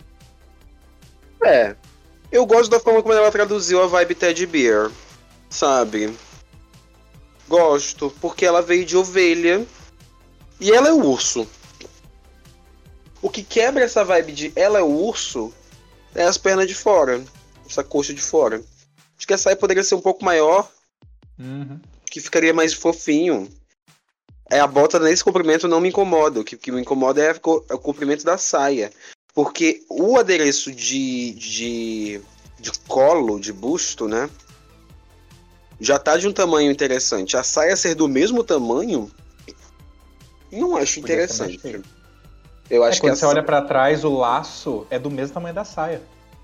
É. Eu gosto da forma como ela traduziu a vibe Teddy Bear. Sabe? Gosto. Porque ela veio de ovelha. E ela é o urso. O que quebra essa vibe de ela é o urso é as pernas de fora. Essa coxa de fora. Acho que a saia poderia ser um pouco maior. Uhum. Que ficaria mais fofinho. É, a bota nesse comprimento não me incomoda. O que, que me incomoda é, é o comprimento da saia. Porque o adereço de, de, de colo, de busto, né? Já tá de um tamanho interessante. A saia ser do mesmo tamanho, não acho Podia ser mais interessante. feio. Eu É, acho que quando a você olha pra trás, o laço é do mesmo tamanho da saia.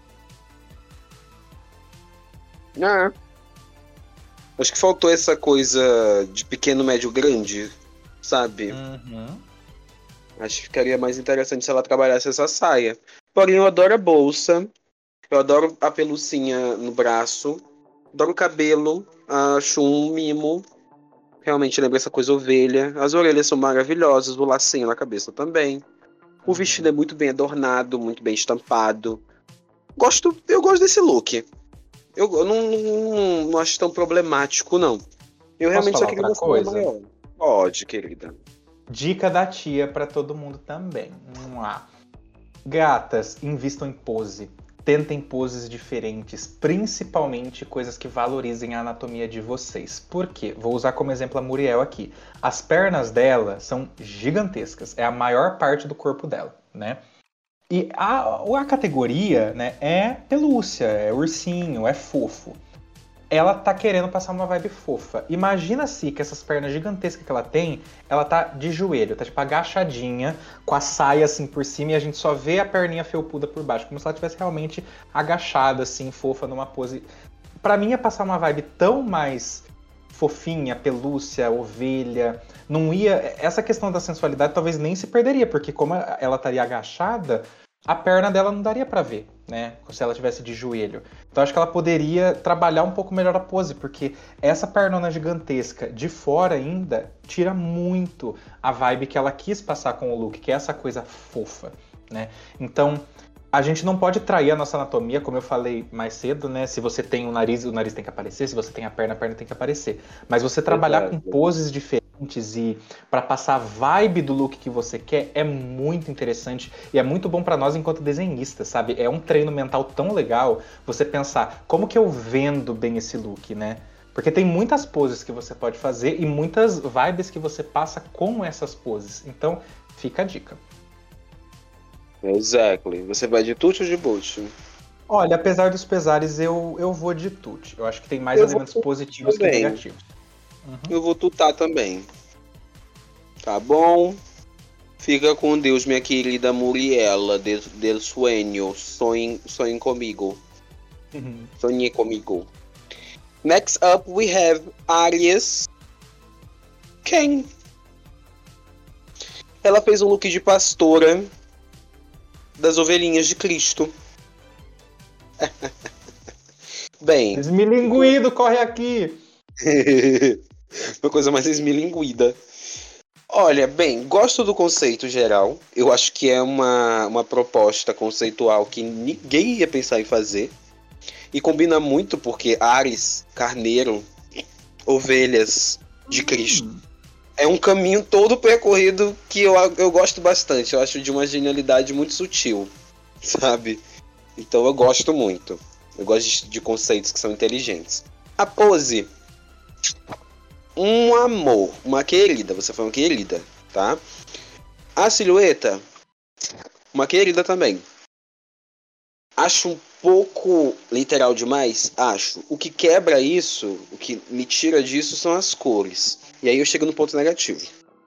Ah, acho que faltou essa coisa de pequeno, médio, grande, sabe? Uhum. Acho que ficaria mais interessante se ela trabalhasse essa saia. Porém, eu adoro a bolsa. Eu adoro a pelucinha no braço. Adoro o cabelo. Acho um mimo. Realmente lembra essa coisa ovelha. As orelhas são maravilhosas. O lacinho na cabeça também. O vestido é muito bem adornado, muito bem estampado. Gosto, eu gosto desse look. Eu, eu não, não, não acho tão problemático, não. Eu Posso realmente só falar queria outra uma saia coisa? maior. Pode, querida. Dica da tia pra todo mundo também. Mua. Gatas, invistam em pose. Tentem poses diferentes, principalmente coisas que valorizem a anatomia de vocês. Por quê? Vou usar como exemplo a Muriel aqui. As pernas dela são gigantescas, é a maior parte do corpo dela, né? E a, a categoria, né, é pelúcia, é ursinho, é fofo. Ela tá querendo passar uma vibe fofa. Imagina se que essas pernas gigantescas que ela tem, ela tá de joelho, tá tipo agachadinha, com a saia assim por cima e a gente só vê a perninha felpuda por baixo, como se ela tivesse realmente agachada assim, fofa numa pose. Pra mim ia passar uma vibe tão mais fofinha, pelúcia, ovelha, não ia, essa questão da sensualidade talvez nem se perderia, porque como ela estaria agachada, a perna dela não daria pra ver, né? Se ela tivesse de joelho. Então acho que ela poderia trabalhar um pouco melhor a pose, porque essa pernona gigantesca de fora ainda tira muito a vibe que ela quis passar com o look, que é essa coisa fofa, né? Então a gente não pode trair a nossa anatomia, como eu falei mais cedo, né? Se você tem o nariz, o nariz tem que aparecer. Se você tem a perna, a perna tem que aparecer. Mas você trabalhar Exato. com poses diferentes e para passar a vibe do look que você quer é muito interessante e é muito bom para nós enquanto desenhistas, sabe? É um treino mental tão legal você pensar como que eu vendo bem esse look, né? Porque tem muitas poses que você pode fazer e muitas vibes que você passa com essas poses. Então, fica a dica. Exactly. Você vai de tutti ou de boot? Olha, apesar dos pesares, eu, eu vou de tutti. Eu acho que tem mais Eu elementos vou positivos que também. negativos. Uhum. Eu vou tutar também. Tá bom? Fica com Deus, minha querida Muriela, de, del sueño. Sonhem, sonhem comigo. Uhum. Sonhe comigo. Next up, we have Aries Ken. Ela fez um look de pastora das ovelhinhas de Cristo. Bem... Esmilinguido, corre aqui! Uma coisa mais esmilinguida. Olha, bem, gosto do conceito geral. Eu acho que é uma, uma proposta conceitual que ninguém ia pensar em fazer. E combina muito porque Ares, carneiro, ovelhas de Cristo. Hum. É um caminho todo percorrido que eu, eu gosto bastante. Eu acho de uma genialidade muito sutil, sabe? Então eu gosto muito. Eu gosto de, de conceitos que são inteligentes. A pose... Um amor, uma querida, você foi uma querida, tá? A silhueta, uma querida também. Acho um pouco literal demais? Acho. O que quebra isso, o que me tira disso são as cores. E aí eu chego no ponto negativo.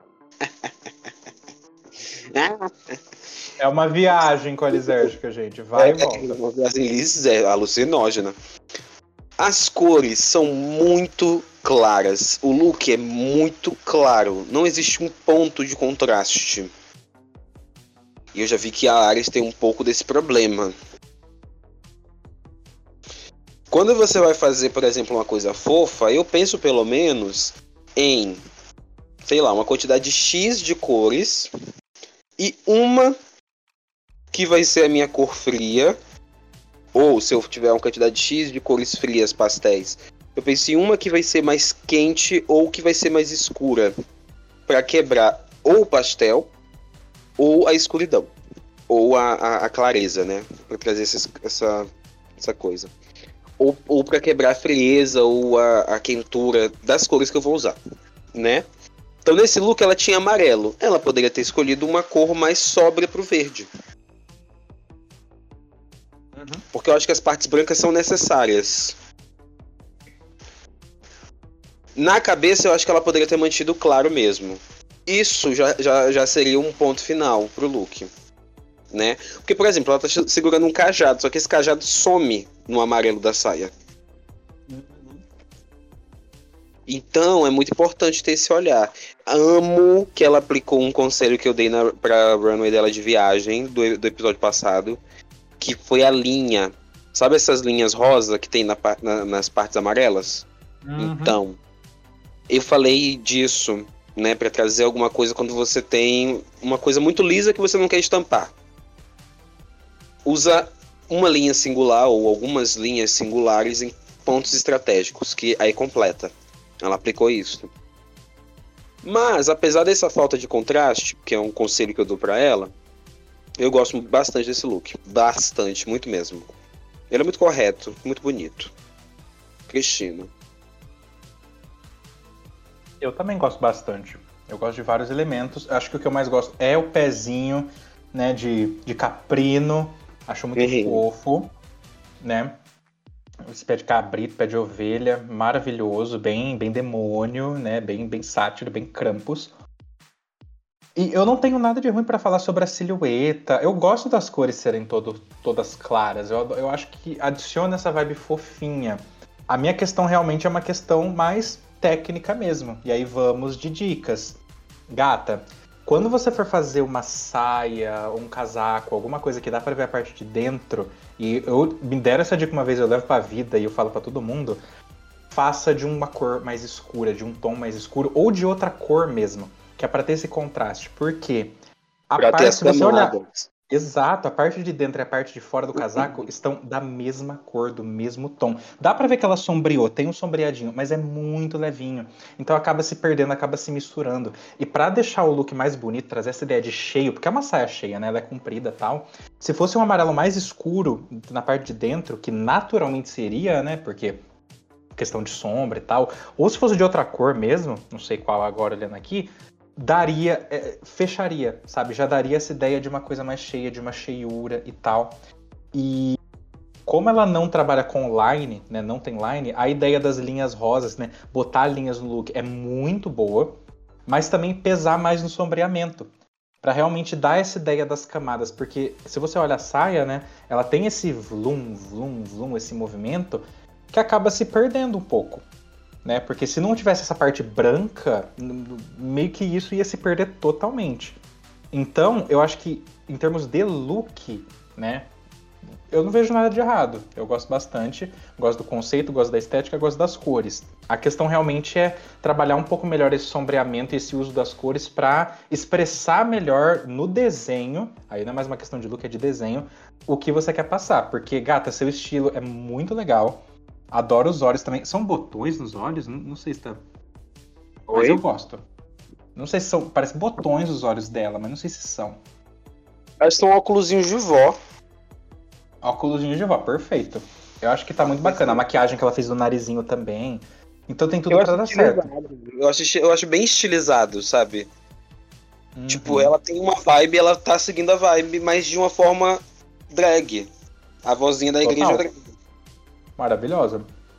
É uma viagem com a lisérgica, gente. Vai é, e volta. É uma viagem lisérgica, alucinógena. As cores são muito claras. O look é muito claro. Não existe um ponto de contraste. E eu já vi que a Ares tem um pouco desse problema. Quando você vai fazer, por exemplo, uma coisa fofa, eu penso pelo menos em, sei lá, uma quantidade X de cores e uma que vai ser a minha cor fria. Ou se eu tiver uma quantidade X de cores frias, pastéis, eu penso em uma que vai ser mais quente ou que vai ser mais escura. Para quebrar ou o pastel, ou a escuridão. Ou a, a, a clareza, né? Para trazer essa, essa, essa coisa. Ou, ou para quebrar a frieza ou a, a quentura das cores que eu vou usar, né? Então nesse look ela tinha amarelo. Ela poderia ter escolhido uma cor mais sóbria pro verde. Porque eu acho que as partes brancas são necessárias. Na cabeça eu acho que ela poderia ter mantido claro mesmo. Isso já, já, já seria um ponto final pro look, né? Porque, por exemplo, ela tá segurando um cajado, só que esse cajado some no amarelo da saia. Então é muito importante ter esse olhar. Amo que ela aplicou um conselho que eu dei na, pra runway dela de viagem do, do episódio passado, que foi a linha. Sabe essas linhas rosa que tem na, na, nas partes amarelas? Uhum. Então, eu falei disso, né, para trazer alguma coisa quando você tem uma coisa muito lisa que você não quer estampar. Usa uma linha singular ou algumas linhas singulares em pontos estratégicos, que aí completa. Ela aplicou isso. Mas, apesar dessa falta de contraste, que é um conselho que eu dou para ela, eu gosto bastante desse look. Bastante, muito mesmo. Ele é muito correto, muito bonito. Cristina. Eu também gosto bastante. Eu gosto de vários elementos. Acho que o que eu mais gosto é o pezinho, né, de, de caprino. Acho muito uhum. fofo, né? Esse pé de cabrito, pé de ovelha, maravilhoso, bem, bem demônio, né? Bem, bem sátiro, bem Krampus. E eu não tenho nada de ruim pra falar sobre a silhueta. Eu gosto das cores serem todo, todas claras. Eu, eu acho que adiciona essa vibe fofinha. A minha questão realmente é uma questão mais técnica mesmo. E aí vamos de dicas. Gata, quando você for fazer uma saia, um casaco, alguma coisa que dá pra ver a parte de dentro, e eu me deram essa dica uma vez, eu levo pra vida e eu falo pra todo mundo, faça de uma cor mais escura, de um tom mais escuro, ou de outra cor mesmo. Que é pra ter esse contraste. Por quê? A pra parte, ter se você olhar, Exato, a parte de dentro e a parte de fora do casaco estão da mesma cor, do mesmo tom. Dá pra ver que ela sombreou, tem um sombreadinho, mas é muito levinho. Então acaba se perdendo, acaba se misturando. E pra deixar o look mais bonito, trazer essa ideia de cheio, porque é uma saia cheia, né? Ela é comprida e tal. Se fosse um amarelo mais escuro na parte de dentro, que naturalmente seria, né? Porque questão de sombra e tal. Ou se fosse de outra cor mesmo, não sei qual agora olhando aqui, daria, é, fecharia, sabe? Já daria essa ideia de uma coisa mais cheia, de uma cheiura e tal. E como ela não trabalha com line, né? Não tem line, a ideia das linhas rosas, né? Botar linhas no look é muito boa, mas também pesar mais no sombreamento. pra realmente dar essa ideia das camadas, porque se você olha a saia, né, ela tem esse vlum, vlum, vlum, esse movimento que acaba se perdendo um pouco, né, porque se não tivesse essa parte branca, meio que isso ia se perder totalmente. Então, eu acho que em termos de look, né, eu não vejo nada de errado. Eu gosto bastante, gosto do conceito, gosto da estética, gosto das cores. A questão realmente é trabalhar um pouco melhor esse sombreamento e esse uso das cores para expressar melhor no desenho, aí não é mais uma questão de look, é de desenho, o que você quer passar. Porque, gata, seu estilo é muito legal. Adoro os olhos também. São botões nos olhos? Não, não sei se tá... Oi? Mas eu gosto. Não sei se são... Parece botões os olhos dela, mas não sei se são. Elas são óculosinhos de vó. Óculosinho de vó, perfeito. Eu acho que tá muito bacana. A maquiagem que ela fez do narizinho também. Então tem tudo Eu pra acho dar certo. estilizado. Eu acho, eu acho bem estilizado, sabe? Uhum. Tipo, ela tem uma vibe, ela tá seguindo a vibe, mas de uma forma drag. A vozinha da igreja Total. drag. Maravilhosa.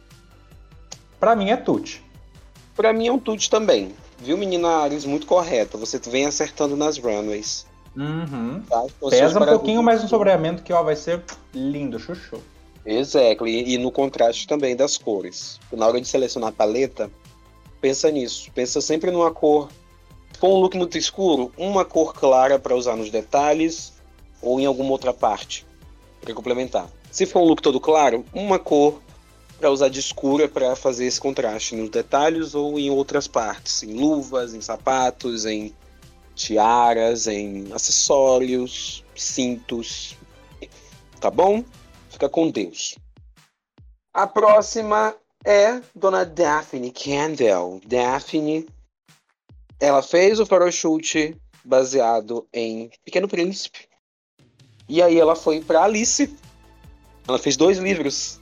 Pra mim é Tuti. Pra mim é um tudo também. Viu, menina Ares? Muito correta. Você vem acertando nas runways. Uhum. Tá? Então, seus Pesa um parabéns. pouquinho mais no sombreamento que ó, vai ser lindo, chuchu. Exato. E, e no contraste também das cores. Na hora de selecionar a paleta, pensa nisso. Pensa sempre numa cor. Se for um look muito escuro, uma cor clara pra usar nos detalhes ou em alguma outra parte pra complementar. Se for um look todo claro, uma cor para usar de escura para fazer esse contraste nos detalhes ou em outras partes, em luvas, em sapatos, em tiaras, em acessórios, cintos. Tá bom? Fica com Deus. A próxima é Dona Daphne Kendall. Daphne, ela fez o photoshoot baseado em Pequeno Príncipe. E aí ela foi para Alice. Ela fez dois livros.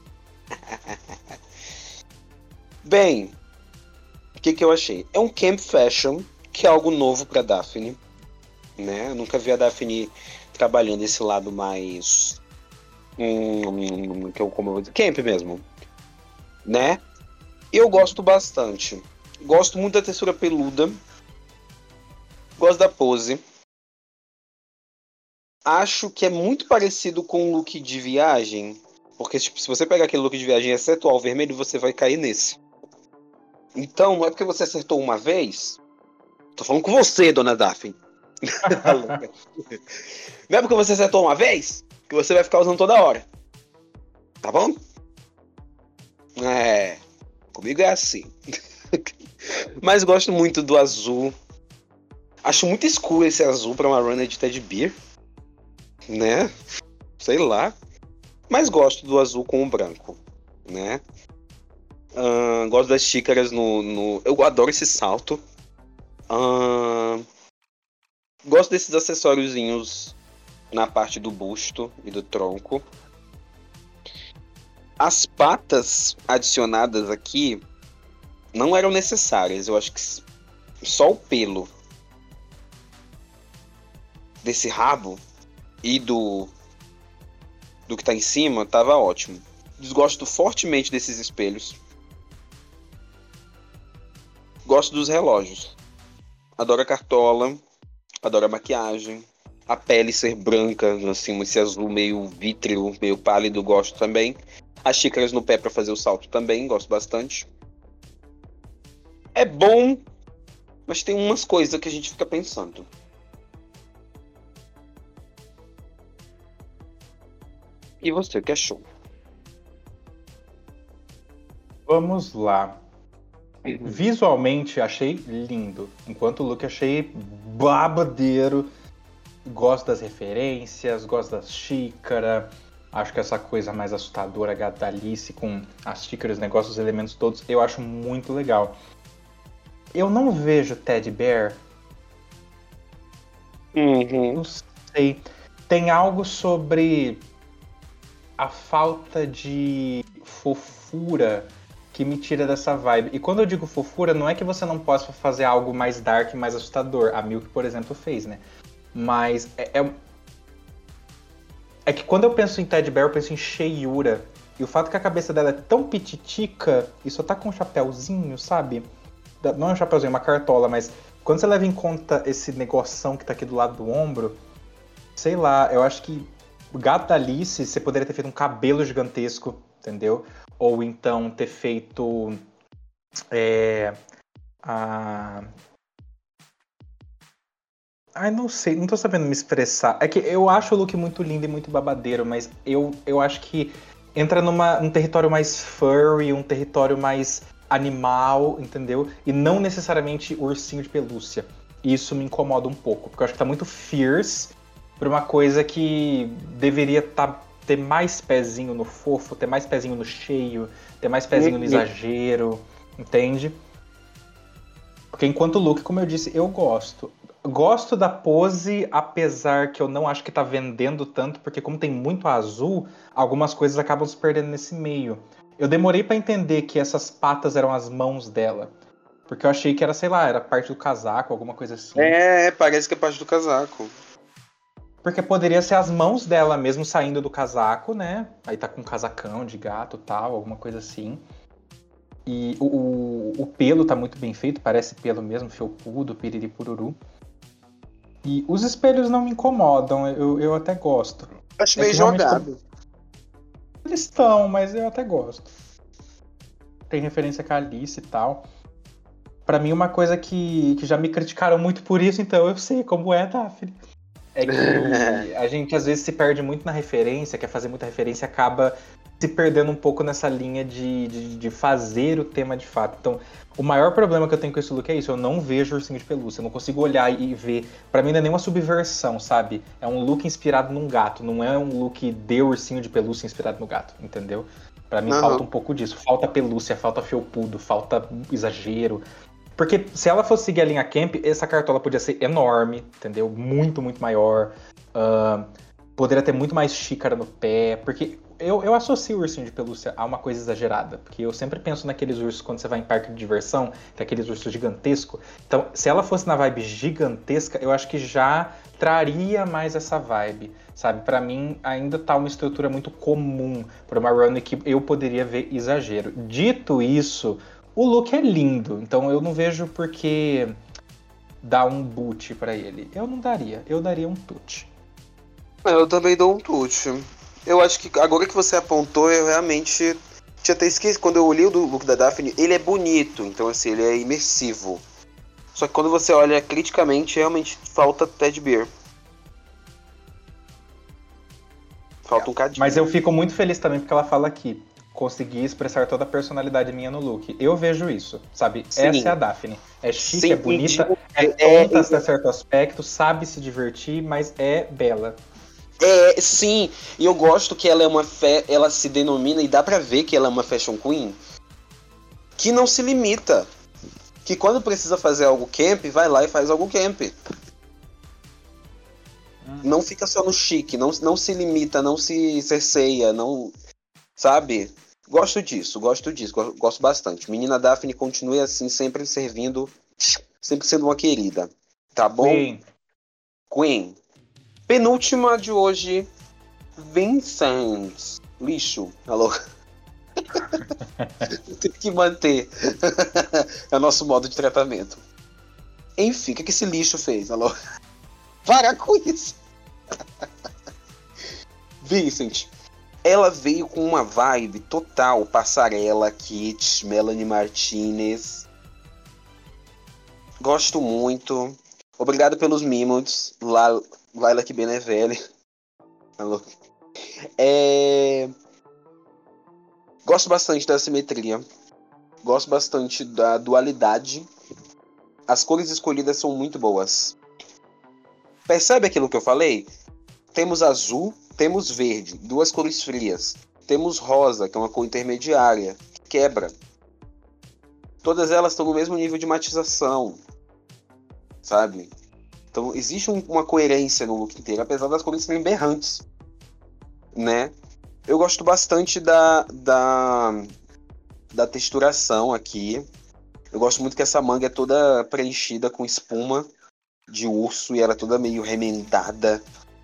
Bem, o que, que eu achei? É um camp fashion, que é algo novo para Daphne, né? Eu nunca vi a Daphne trabalhando esse lado mais hum, que eu como eu vou dizer, camp mesmo, né? Eu gosto bastante. Gosto muito da textura peluda. Gosto da pose. Acho que é muito parecido com o look de viagem. Porque tipo, se você pegar aquele look de viagem e acertar o vermelho, você vai cair nesse. Então, não é porque você acertou uma vez. Tô falando com você, Dona Daphne. Não é porque você acertou uma vez que você vai ficar usando toda hora. Tá bom? É. Comigo é assim. Mas gosto muito do azul. Acho muito escuro esse azul pra uma runner de Teddy Bear. Né? Sei lá. Mas gosto do azul com o branco, né? Uh, gosto das xícaras no, no... Eu adoro esse salto. Uh, gosto desses acessóriozinhos na parte do busto e do tronco. As patas adicionadas aqui não eram necessárias. Eu acho que só o pelo desse rabo e do... do que tá em cima, tava ótimo. Desgosto fortemente desses espelhos. Gosto dos relógios. Adoro a cartola. Adoro a maquiagem. A pele ser branca, assim, esse azul meio vítreo, meio pálido, gosto também. As xícaras no pé para fazer o salto também, gosto bastante. É bom, mas tem umas coisas que a gente fica pensando. E você, o que achou? Vamos lá. Visualmente achei lindo, enquanto o look achei babadeiro. Gosto das referências, gosto das xícaras. Acho que essa coisa mais assustadora, gata Alice, com as xícaras, os negócios, os elementos todos, eu acho muito legal. Eu não vejo Teddy Bear. Uhum. Não sei. Tem algo sobre a falta de fofura que me tira dessa vibe. E quando eu digo fofura, não é que você não possa fazer algo mais dark, mais assustador. A Milk, por exemplo, fez, né? Mas é, é... é que quando eu penso em Teddy Bear, eu penso em cheiura. E o fato que a cabeça dela é tão pititica e só tá com um chapéuzinho, sabe? Não é um chapéuzinho, é uma cartola, mas quando você leva em conta esse negoção que tá aqui do lado do ombro, sei lá, eu acho que o gato da Alice, você poderia ter feito um cabelo gigantesco, entendeu? Ou então ter feito é, a... Ai, não sei, não tô sabendo me expressar. É que eu acho o look muito lindo e muito babadeiro, mas eu, eu acho que entra numa, num território mais furry, um território mais animal, entendeu? E não necessariamente ursinho de pelúcia. E isso me incomoda um pouco, porque eu acho que tá muito fierce pra uma coisa que deveria tá, ter mais pezinho no fofo, ter mais pezinho no cheio, ter mais pezinho no exagero, entende? Porque enquanto look, como eu disse, eu gosto. Gosto da pose, apesar que eu não acho que tá vendendo tanto, porque como tem muito azul, algumas coisas acabam se perdendo nesse meio. Eu demorei pra entender que essas patas eram as mãos dela. Porque eu achei que era, sei lá, era parte do casaco, alguma coisa assim. É, parece que é parte do casaco. Porque poderia ser as mãos dela mesmo saindo do casaco, né? Aí tá com um casacão de gato e tal, alguma coisa assim. E o, o, o pelo tá muito bem feito, parece pelo mesmo, felpudo, piriri pururu. E os espelhos não me incomodam, eu, eu até gosto. Acho É meio que realmente jogado. eles estão, mas eu até gosto. Tem referência com a Alice e tal. Pra mim, uma coisa que, que já me criticaram muito por isso, então eu sei como é, Daphne. É que a gente às vezes se perde muito na referência, quer fazer muita referência, acaba se perdendo um pouco nessa linha de, de, de fazer o tema de fato. Então, o maior problema que eu tenho com esse look é isso, eu não vejo ursinho de pelúcia, eu não consigo olhar e ver. Pra mim não é nenhuma subversão, sabe? É um look inspirado num gato, não é um look de ursinho de pelúcia inspirado no gato, entendeu? Pra mim Uhum. falta um pouco disso, falta pelúcia, falta felpudo, falta exagero. Porque se ela fosse seguir a linha camp, essa cartola podia ser enorme, entendeu? Muito, muito maior. Uh, poderia ter muito mais xícara no pé. Porque eu, eu associo o ursinho de pelúcia a uma coisa exagerada. Porque eu sempre penso naqueles ursos quando você vai em parque de diversão, que é aqueles ursos gigantescos. Então, se ela fosse na vibe gigantesca, eu acho que já traria mais essa vibe, sabe? Pra mim, ainda tá uma estrutura muito comum para uma runway que eu poderia ver exagero. Dito isso, o look é lindo, então eu não vejo por que dar um boot pra ele. Eu não daria, eu daria um tute. Eu também dou um tute. Eu acho que agora que você apontou, eu realmente tinha até esquecido. Quando eu olhei o do look da Daphne, ele é bonito, então assim, ele é imersivo. Só que quando você olha criticamente, realmente falta Teddy Bear. Falta um cadinho. Mas eu fico muito feliz também porque ela fala aqui, consegui expressar toda a personalidade minha no look. Eu vejo isso, sabe? Sim. Essa é a Daphne. É chique, Sim, é bonita, digo, é é, tonta é, até certo aspecto, sabe se divertir, mas é bela. É, sim, e eu gosto que ela é uma fe... ela se denomina, e dá pra ver que ela é uma fashion queen que não se limita. Que quando precisa fazer algo camp, vai lá e faz algo camp. Hum. Não fica só no chique, não, não se limita, não se cerceia, não. Sabe? Gosto disso, gosto disso, gosto bastante. Menina Daphne, continue assim, sempre servindo, sempre sendo uma querida. Tá bom? Queen. Queen. Penúltima de hoje, Vincent. Lixo. Alô? Tem que manter. É o nosso modo de tratamento. Enfim, o que esse lixo fez? Alô? Para com isso. Vincent. Ela veio com uma vibe total passarela, Kit, Melanie Martinez. Gosto muito. Obrigado pelos mimos. La... Laila que Benevelli. Alô? É... Gosto bastante da simetria. Gosto bastante da dualidade. As cores escolhidas são muito boas. Percebe aquilo que eu falei? Temos azul, temos verde, duas cores frias. Temos rosa, que é uma cor intermediária, quebra. Todas elas estão no mesmo nível de matização, sabe? Então existe um, uma coerência no look inteiro, apesar das cores serem berrantes, né? Eu gosto bastante da, da, da texturação aqui. Eu gosto muito que essa manga é toda preenchida com espuma de urso e ela é toda meio remendada.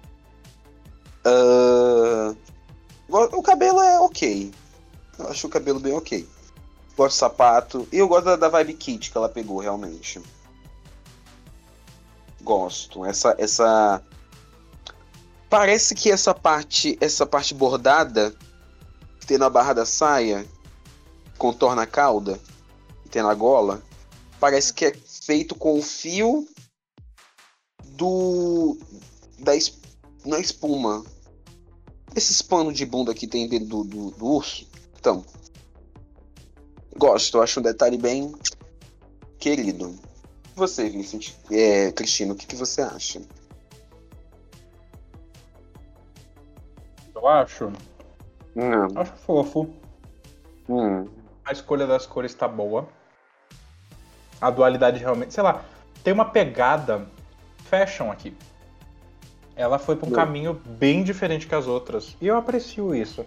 Uh, o cabelo é ok. Eu acho o cabelo bem ok. Gosto do sapato. E eu gosto da, da vibe kit que ela pegou, realmente. Gosto. Essa, essa... Parece que essa parte, essa parte bordada que tem na barra da saia, contorna a cauda, que tem na gola, parece que é feito com o fio do... da es, na espuma. Esses panos de bunda que tem dentro do, do, do urso. Então, gosto. Eu acho um detalhe bem querido. Você, Vincent, é, Cristina, o que, que você acha? Eu acho. Hum. Acho fofo. Hum. A escolha das cores tá boa. A dualidade realmente... Sei lá, tem uma pegada fashion aqui. Ela foi pra um Hum. caminho bem diferente que as outras. E eu aprecio isso.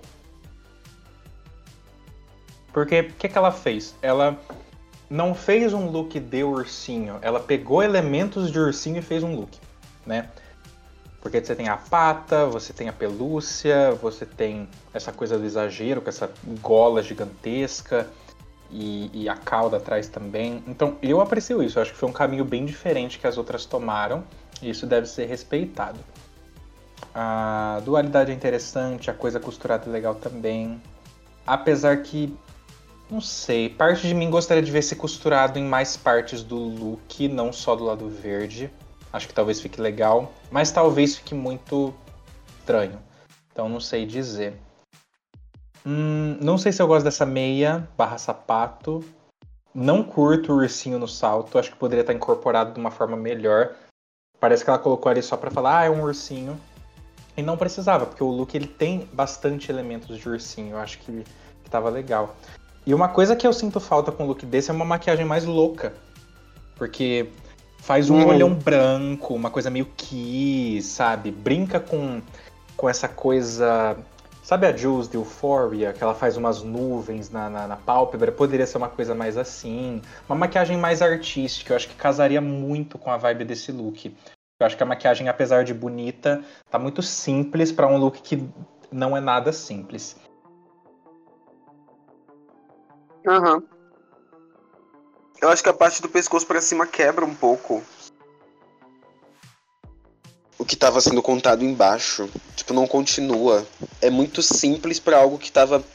Porque o que, que ela fez? Ela não fez um look de ursinho. Ela pegou elementos de ursinho e fez um look, né? Porque você tem a pata, você tem a pelúcia, você tem essa coisa do exagero, com essa gola gigantesca e, e a cauda atrás também. Então, eu aprecio isso. Eu acho que foi um caminho bem diferente que as outras tomaram e isso deve ser respeitado. A dualidade é interessante, a coisa costurada é legal também. Apesar que, não sei, parte de mim gostaria de ver ser costurado em mais partes do look, não só do lado verde. Acho que talvez fique legal, mas talvez fique muito estranho. Então não sei dizer. Hum, não sei se eu gosto dessa meia barra sapato. Não curto o ursinho no salto. Acho que poderia estar incorporado de uma forma melhor. Parece que ela colocou ali só pra falar, ah, é um ursinho. E não precisava, porque o look ele tem bastante elementos de ursinho. Eu acho que, que tava legal. E uma coisa que eu sinto falta com um look desse é uma maquiagem mais louca. Porque... faz um uhum. olhão branco, uma coisa meio Kiss, sabe? Brinca com, com essa coisa... Sabe a Jules de Euphoria? Que ela faz umas nuvens na, na, na pálpebra? Poderia ser uma coisa mais assim. Uma maquiagem mais artística. Eu acho que casaria muito com a vibe desse look. Eu acho que a maquiagem, apesar de bonita, tá muito simples para um look que não é nada simples. Aham. Uhum. Eu acho que a parte do pescoço pra cima quebra um pouco o que tava sendo contado embaixo. Tipo, não continua. É muito simples pra algo que tava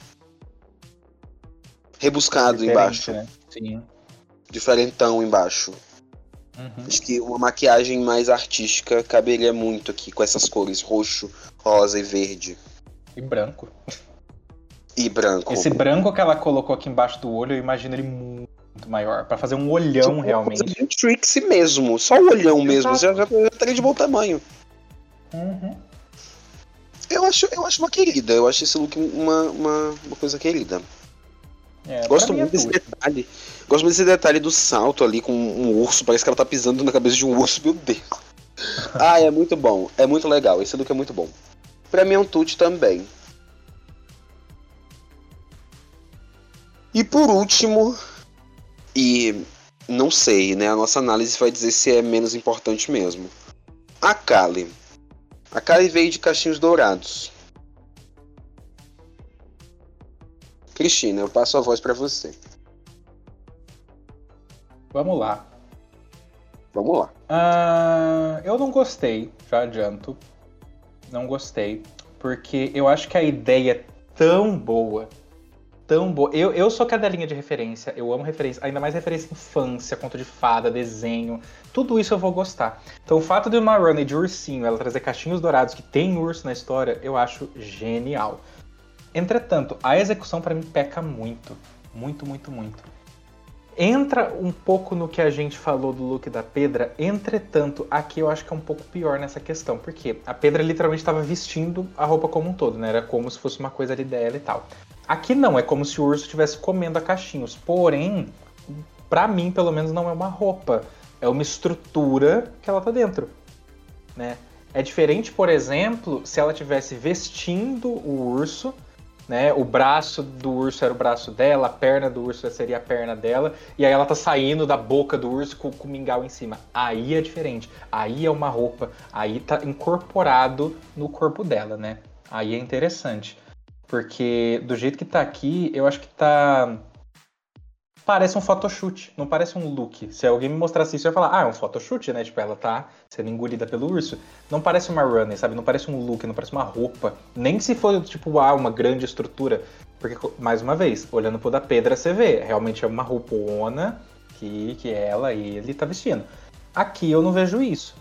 rebuscado diferente, embaixo. Né? Sim. Diferentão embaixo. Uhum. Acho que uma maquiagem mais artística caberia muito aqui, com essas cores roxo, rosa e verde. E branco. E branco. Esse branco que ela colocou aqui embaixo do olho, eu imagino ele muito maior, pra fazer um olhão tipo, realmente. Uma coisa de Trixie mesmo, só o olhão mesmo, já, já, já estaria de bom tamanho. Uhum. Eu acho, eu acho uma querida, eu acho esse look uma, uma, uma coisa querida. É, Gosto muito é desse tudo. detalhe. Gosto muito desse detalhe do salto ali com um urso, parece que ela tá pisando na cabeça de um urso, meu Deus. Ah, é muito bom, é muito legal, esse look é muito bom. Pra mim é um tute também. E por último, e não sei, né? A nossa análise vai dizer se é menos importante mesmo. A Kali. A Kali veio de cachinhos dourados. Cristina, eu passo a voz pra você. Vamos lá. Vamos lá. Uh, eu não gostei, já adianto. Não gostei. Porque eu acho que a ideia é tão boa. Tão boa. Eu, eu sou cadelinha de referência, eu amo referência, ainda mais referência infância, conto de fada, desenho, tudo isso eu vou gostar. Então o fato de uma runner de ursinho, ela trazer cachinhos dourados que tem urso na história, eu acho genial. Entretanto, a execução pra mim peca muito, muito, muito, muito. Entra um pouco no que a gente falou do look da Pedra, entretanto, aqui eu acho que é um pouco pior nessa questão, porque a Pedra literalmente estava vestindo a roupa como um todo, né? Era como se fosse uma coisa ali dela e tal. Aqui não, é como se o urso estivesse comendo a cachinhos. Porém, pra mim, pelo menos, não é uma roupa. É uma estrutura que ela tá dentro, né? É diferente, por exemplo, se ela estivesse vestindo o urso, né? O braço do urso era o braço dela, a perna do urso seria a perna dela, e aí ela tá saindo da boca do urso com, com o mingau em cima. Aí é diferente. Aí é uma roupa. Aí tá incorporado no corpo dela, né? Aí é interessante. Porque do jeito que tá aqui, eu acho que tá parece um photoshoot, não parece um look. Se alguém me mostrasse isso, eu ia falar, ah, é um photoshoot, né? Tipo, ela tá sendo engolida pelo urso. Não parece uma runner, sabe? Não parece um look, não parece uma roupa. Nem se for, tipo, ah, uma grande estrutura. Porque, mais uma vez, olhando pro da Pedra, você vê, realmente é uma roupona que, que ela e ele tá vestindo. Aqui eu não vejo isso.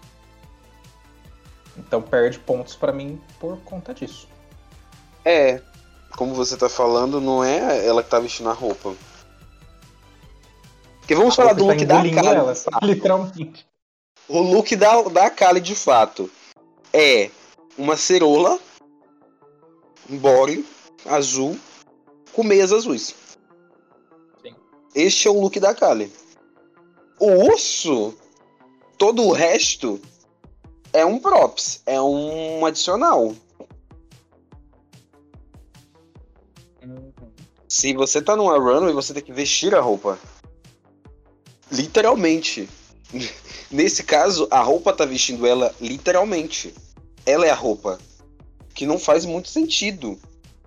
Então perde pontos pra mim por conta disso. É, como você tá falando, não é ela que tá vestindo a roupa. Porque vamos A falar roupa do tá look da engolindo Kali. ela, literalmente. O look da, da Kali, de fato, é uma cerola, um body azul, com meias azuis. Sim. Este é o look da Kali. O urso, todo o resto, é um props, é um adicional. Uhum. Se você tá numa runway, você tem que vestir a roupa. Literalmente. Nesse caso, a roupa tá vestindo ela literalmente. Ela é a roupa. Que não faz muito sentido.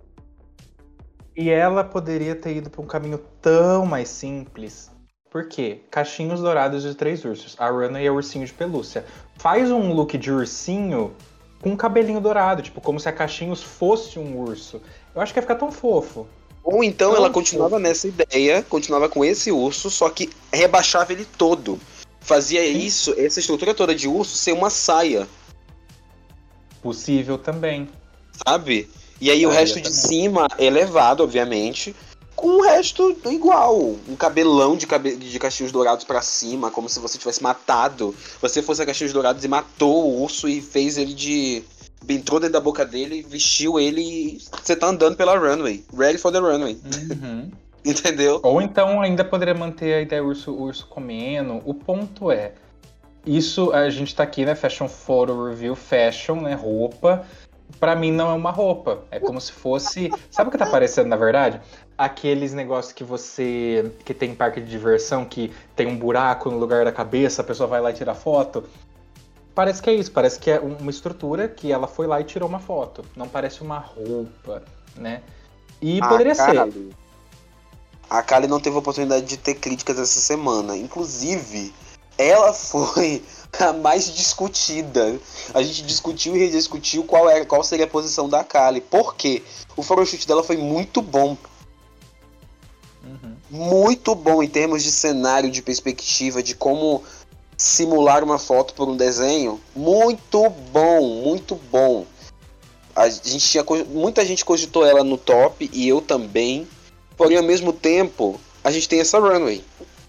E ela poderia ter ido pra um caminho tão mais simples. Por quê? Cachinhos dourados de três ursos. A runway é ursinho de pelúcia. Faz um look de ursinho com um cabelinho dourado. Tipo, como se a Cachinhos fosse um urso. Eu acho que ia ficar tão fofo. Ou então Tão ela continuava fofo. nessa ideia, continuava com esse urso, só que rebaixava ele todo. Fazia Sim. isso, essa estrutura toda de urso, ser uma saia, Possível também. sabe? E aí o Daria resto de também. cima, elevado, obviamente, com o resto igual. Um cabelão de, cabe... de cachinhos dourados pra cima, como se você tivesse matado. Você fosse a cachinhos dourados e matou o urso e fez ele de... entrou dentro da boca dele, vestiu ele e você tá andando pela runway. Ready for the runway. Uhum. Entendeu? Ou então ainda poderia manter a ideia urso, urso comendo. O ponto é, isso a gente tá aqui, né? Fashion Photo Review, fashion, né? Roupa. Pra mim não é uma roupa. É como se fosse... Sabe o que tá parecendo, na verdade? Aqueles negócios que você... que tem em parque de diversão, que tem um buraco no lugar da cabeça, a pessoa vai lá e tira foto. Parece que é isso. Parece que é uma estrutura que ela foi lá e tirou uma foto. Não parece uma roupa, né? E A poderia ser. Kali, a Kali não teve oportunidade de ter críticas essa semana. Inclusive, ela foi a mais discutida. A gente discutiu e rediscutiu qual, era, qual seria a posição da Kali. Por quê? O photoshoot dela foi muito bom. Uhum. Muito bom em termos de cenário, de perspectiva, de como simular uma foto por um desenho. Muito bom, muito bom. A gente tinha, muita gente cogitou ela no top, e eu também. Porém, ao mesmo tempo, a gente tem essa runway.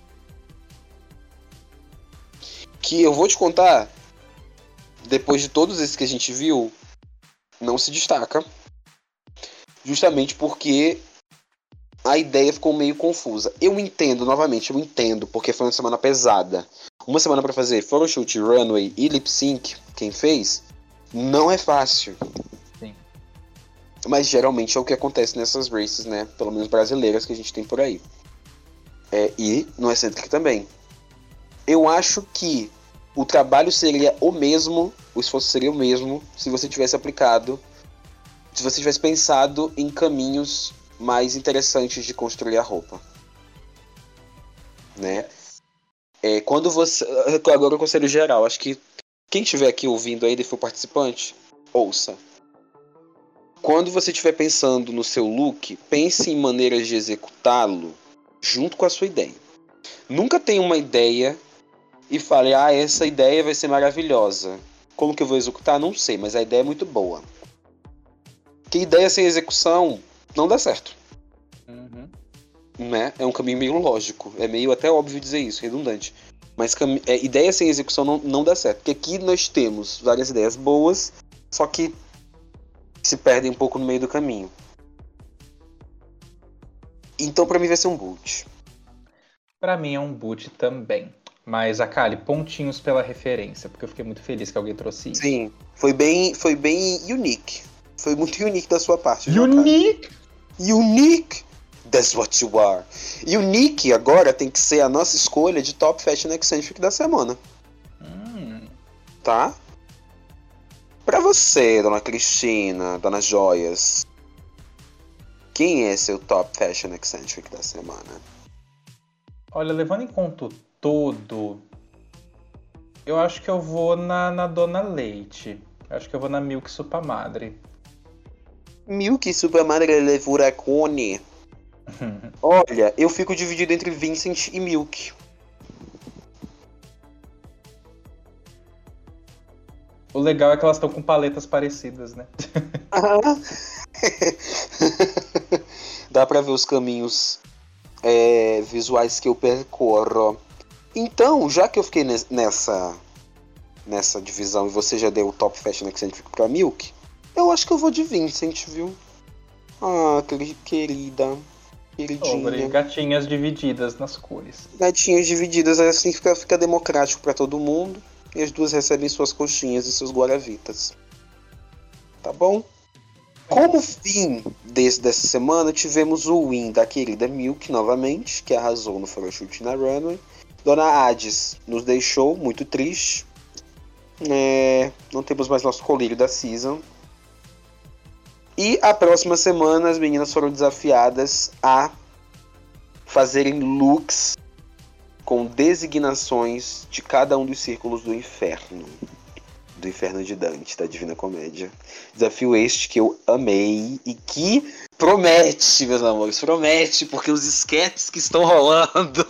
Que eu vou te contar, depois de todos esses que a gente viu, não se destaca. Justamente porque a ideia ficou meio confusa. Eu entendo, novamente, eu entendo, porque foi uma semana pesada. Uma semana pra fazer photoshoot, runway e lip sync, quem fez, não é fácil. Sim. Mas geralmente é o que acontece nessas races, né? Pelo menos brasileiras que a gente tem por aí. É, e no Eccentric também. Eu acho que o trabalho seria o mesmo, o esforço seria o mesmo, se você tivesse aplicado, se você tivesse pensado em caminhos mais interessantes de construir a roupa. Né? É, quando você... Agora o conselho geral, acho que quem estiver aqui ouvindo aí e for participante, ouça. Quando você estiver pensando no seu look, pense em maneiras de executá-lo junto com a sua ideia. Nunca tenha uma ideia e fale, ah, essa ideia vai ser maravilhosa. Como que eu vou executar? Não sei, mas a ideia é muito boa. Porque ideia sem execução não dá certo. Uhum. Né? É um caminho meio lógico. É meio até óbvio dizer isso, redundante. Mas cam... é, ideia sem execução não, não dá certo. Porque aqui nós temos várias ideias boas, só que se perdem um pouco no meio do caminho. Então pra mim vai ser um boot. Pra mim é um boot também. Mas, Akali, pontinhos pela referência, porque eu fiquei muito feliz que alguém trouxe isso. Sim, foi bem, foi bem unique. Foi muito unique da sua parte. Unique! Akali. Unique! That's what you are. Unique agora tem que ser a nossa escolha de Top Fashion Eccentric da semana. Hum. Tá? Pra você, dona Cristina, dona Joias, quem é seu Top Fashion Eccentric da semana? Olha, levando em conta o todo, eu acho que eu vou na, na Dona Leite. Eu acho que eu vou na Milk Supa Madre. Milk Super Madre Levuracone. Olha, eu fico dividido entre Vincent e Milk. O legal é que elas estão com paletas parecidas, né? Dá pra ver os caminhos é, visuais que eu percorro. Então, já que eu fiquei nessa, nessa divisão e você já deu o Top Fashion Eccentric pra Milk, eu acho que eu vou de Vincent, viu? Ah, querida, queridinha. Oh, gatinhas divididas nas cores. Gatinhas divididas, assim fica, fica democrático pra todo mundo. E as duas recebem suas coxinhas e seus guaravitas. Tá bom? Como fim desse, dessa semana, tivemos o win da querida Milk novamente, que arrasou no photoshoot na runway. Dona Hades nos deixou muito triste. É, não temos mais nosso colírio da season. E a próxima semana as meninas foram desafiadas a fazerem looks com designações de cada um dos círculos do inferno. Do Inferno de Dante, da Divina Comédia. Desafio este que eu amei e que promete, meus amores, promete, porque os esquetes que estão rolando.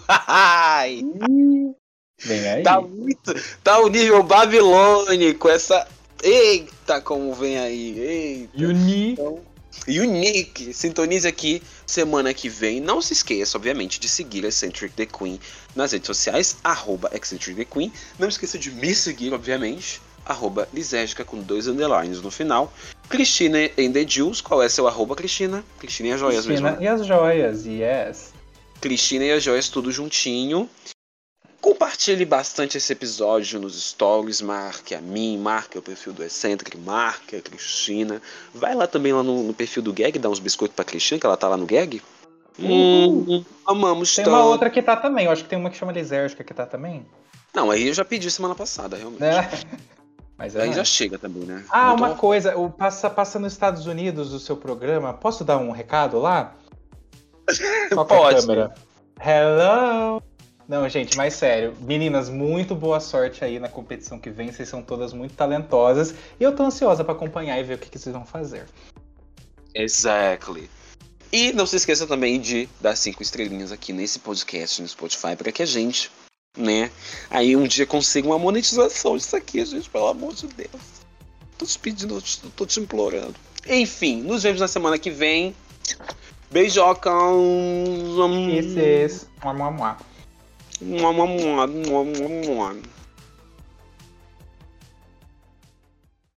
Vem aí. Tá muito. Tá o nível babilônico, essa. Eita, como vem aí. Eita. Unique. Então, Unique. Sintonize aqui semana que vem. Não se esqueça, obviamente, de seguir a Eccentric The Queen nas redes sociais, arroba Eccentric The Queen. Não esqueça de me seguir, obviamente, arroba Lisérgica com dois underlines no final. Cristina em The Jules, qual é seu arroba, Cristina? Cristina e as joias Cristina mesmo. e as joias, yes. Cristina e as joias, tudo juntinho. Compartilhe bastante esse episódio nos stories, marque a mim, marque o perfil do Eccentric, marque a Cristina. Vai lá também lá no, no perfil do Gag, dá uns biscoitos pra Cristina, que ela tá lá no Gag. Hum, amamos Tem tanto. uma outra que tá também, eu acho que tem uma que chama Lisérgica que tá também. Não, aí eu já pedi semana passada, realmente. É. Mas é Aí mais. já chega também, né? Ah, Muito uma bom. coisa, o passa, passa nos Estados Unidos o seu programa, posso dar um recado lá? Qual que é a Pode. câmera? Hello! Não, gente, mais sério. Meninas, muito boa sorte aí na competição que vem. Vocês são todas muito talentosas. E eu tô ansiosa pra acompanhar e ver o que, que vocês vão fazer. Exactly. E não se esqueça também de dar cinco estrelinhas aqui nesse podcast no Spotify para que a gente, né, aí um dia consiga uma monetização disso aqui, gente, pelo amor de Deus. Tô te pedindo, tô te implorando. Enfim, nos vemos na semana que vem. Beijocão. Kisses. Mua, mua, mua. Mua, mua, mua, mua, mua, mua.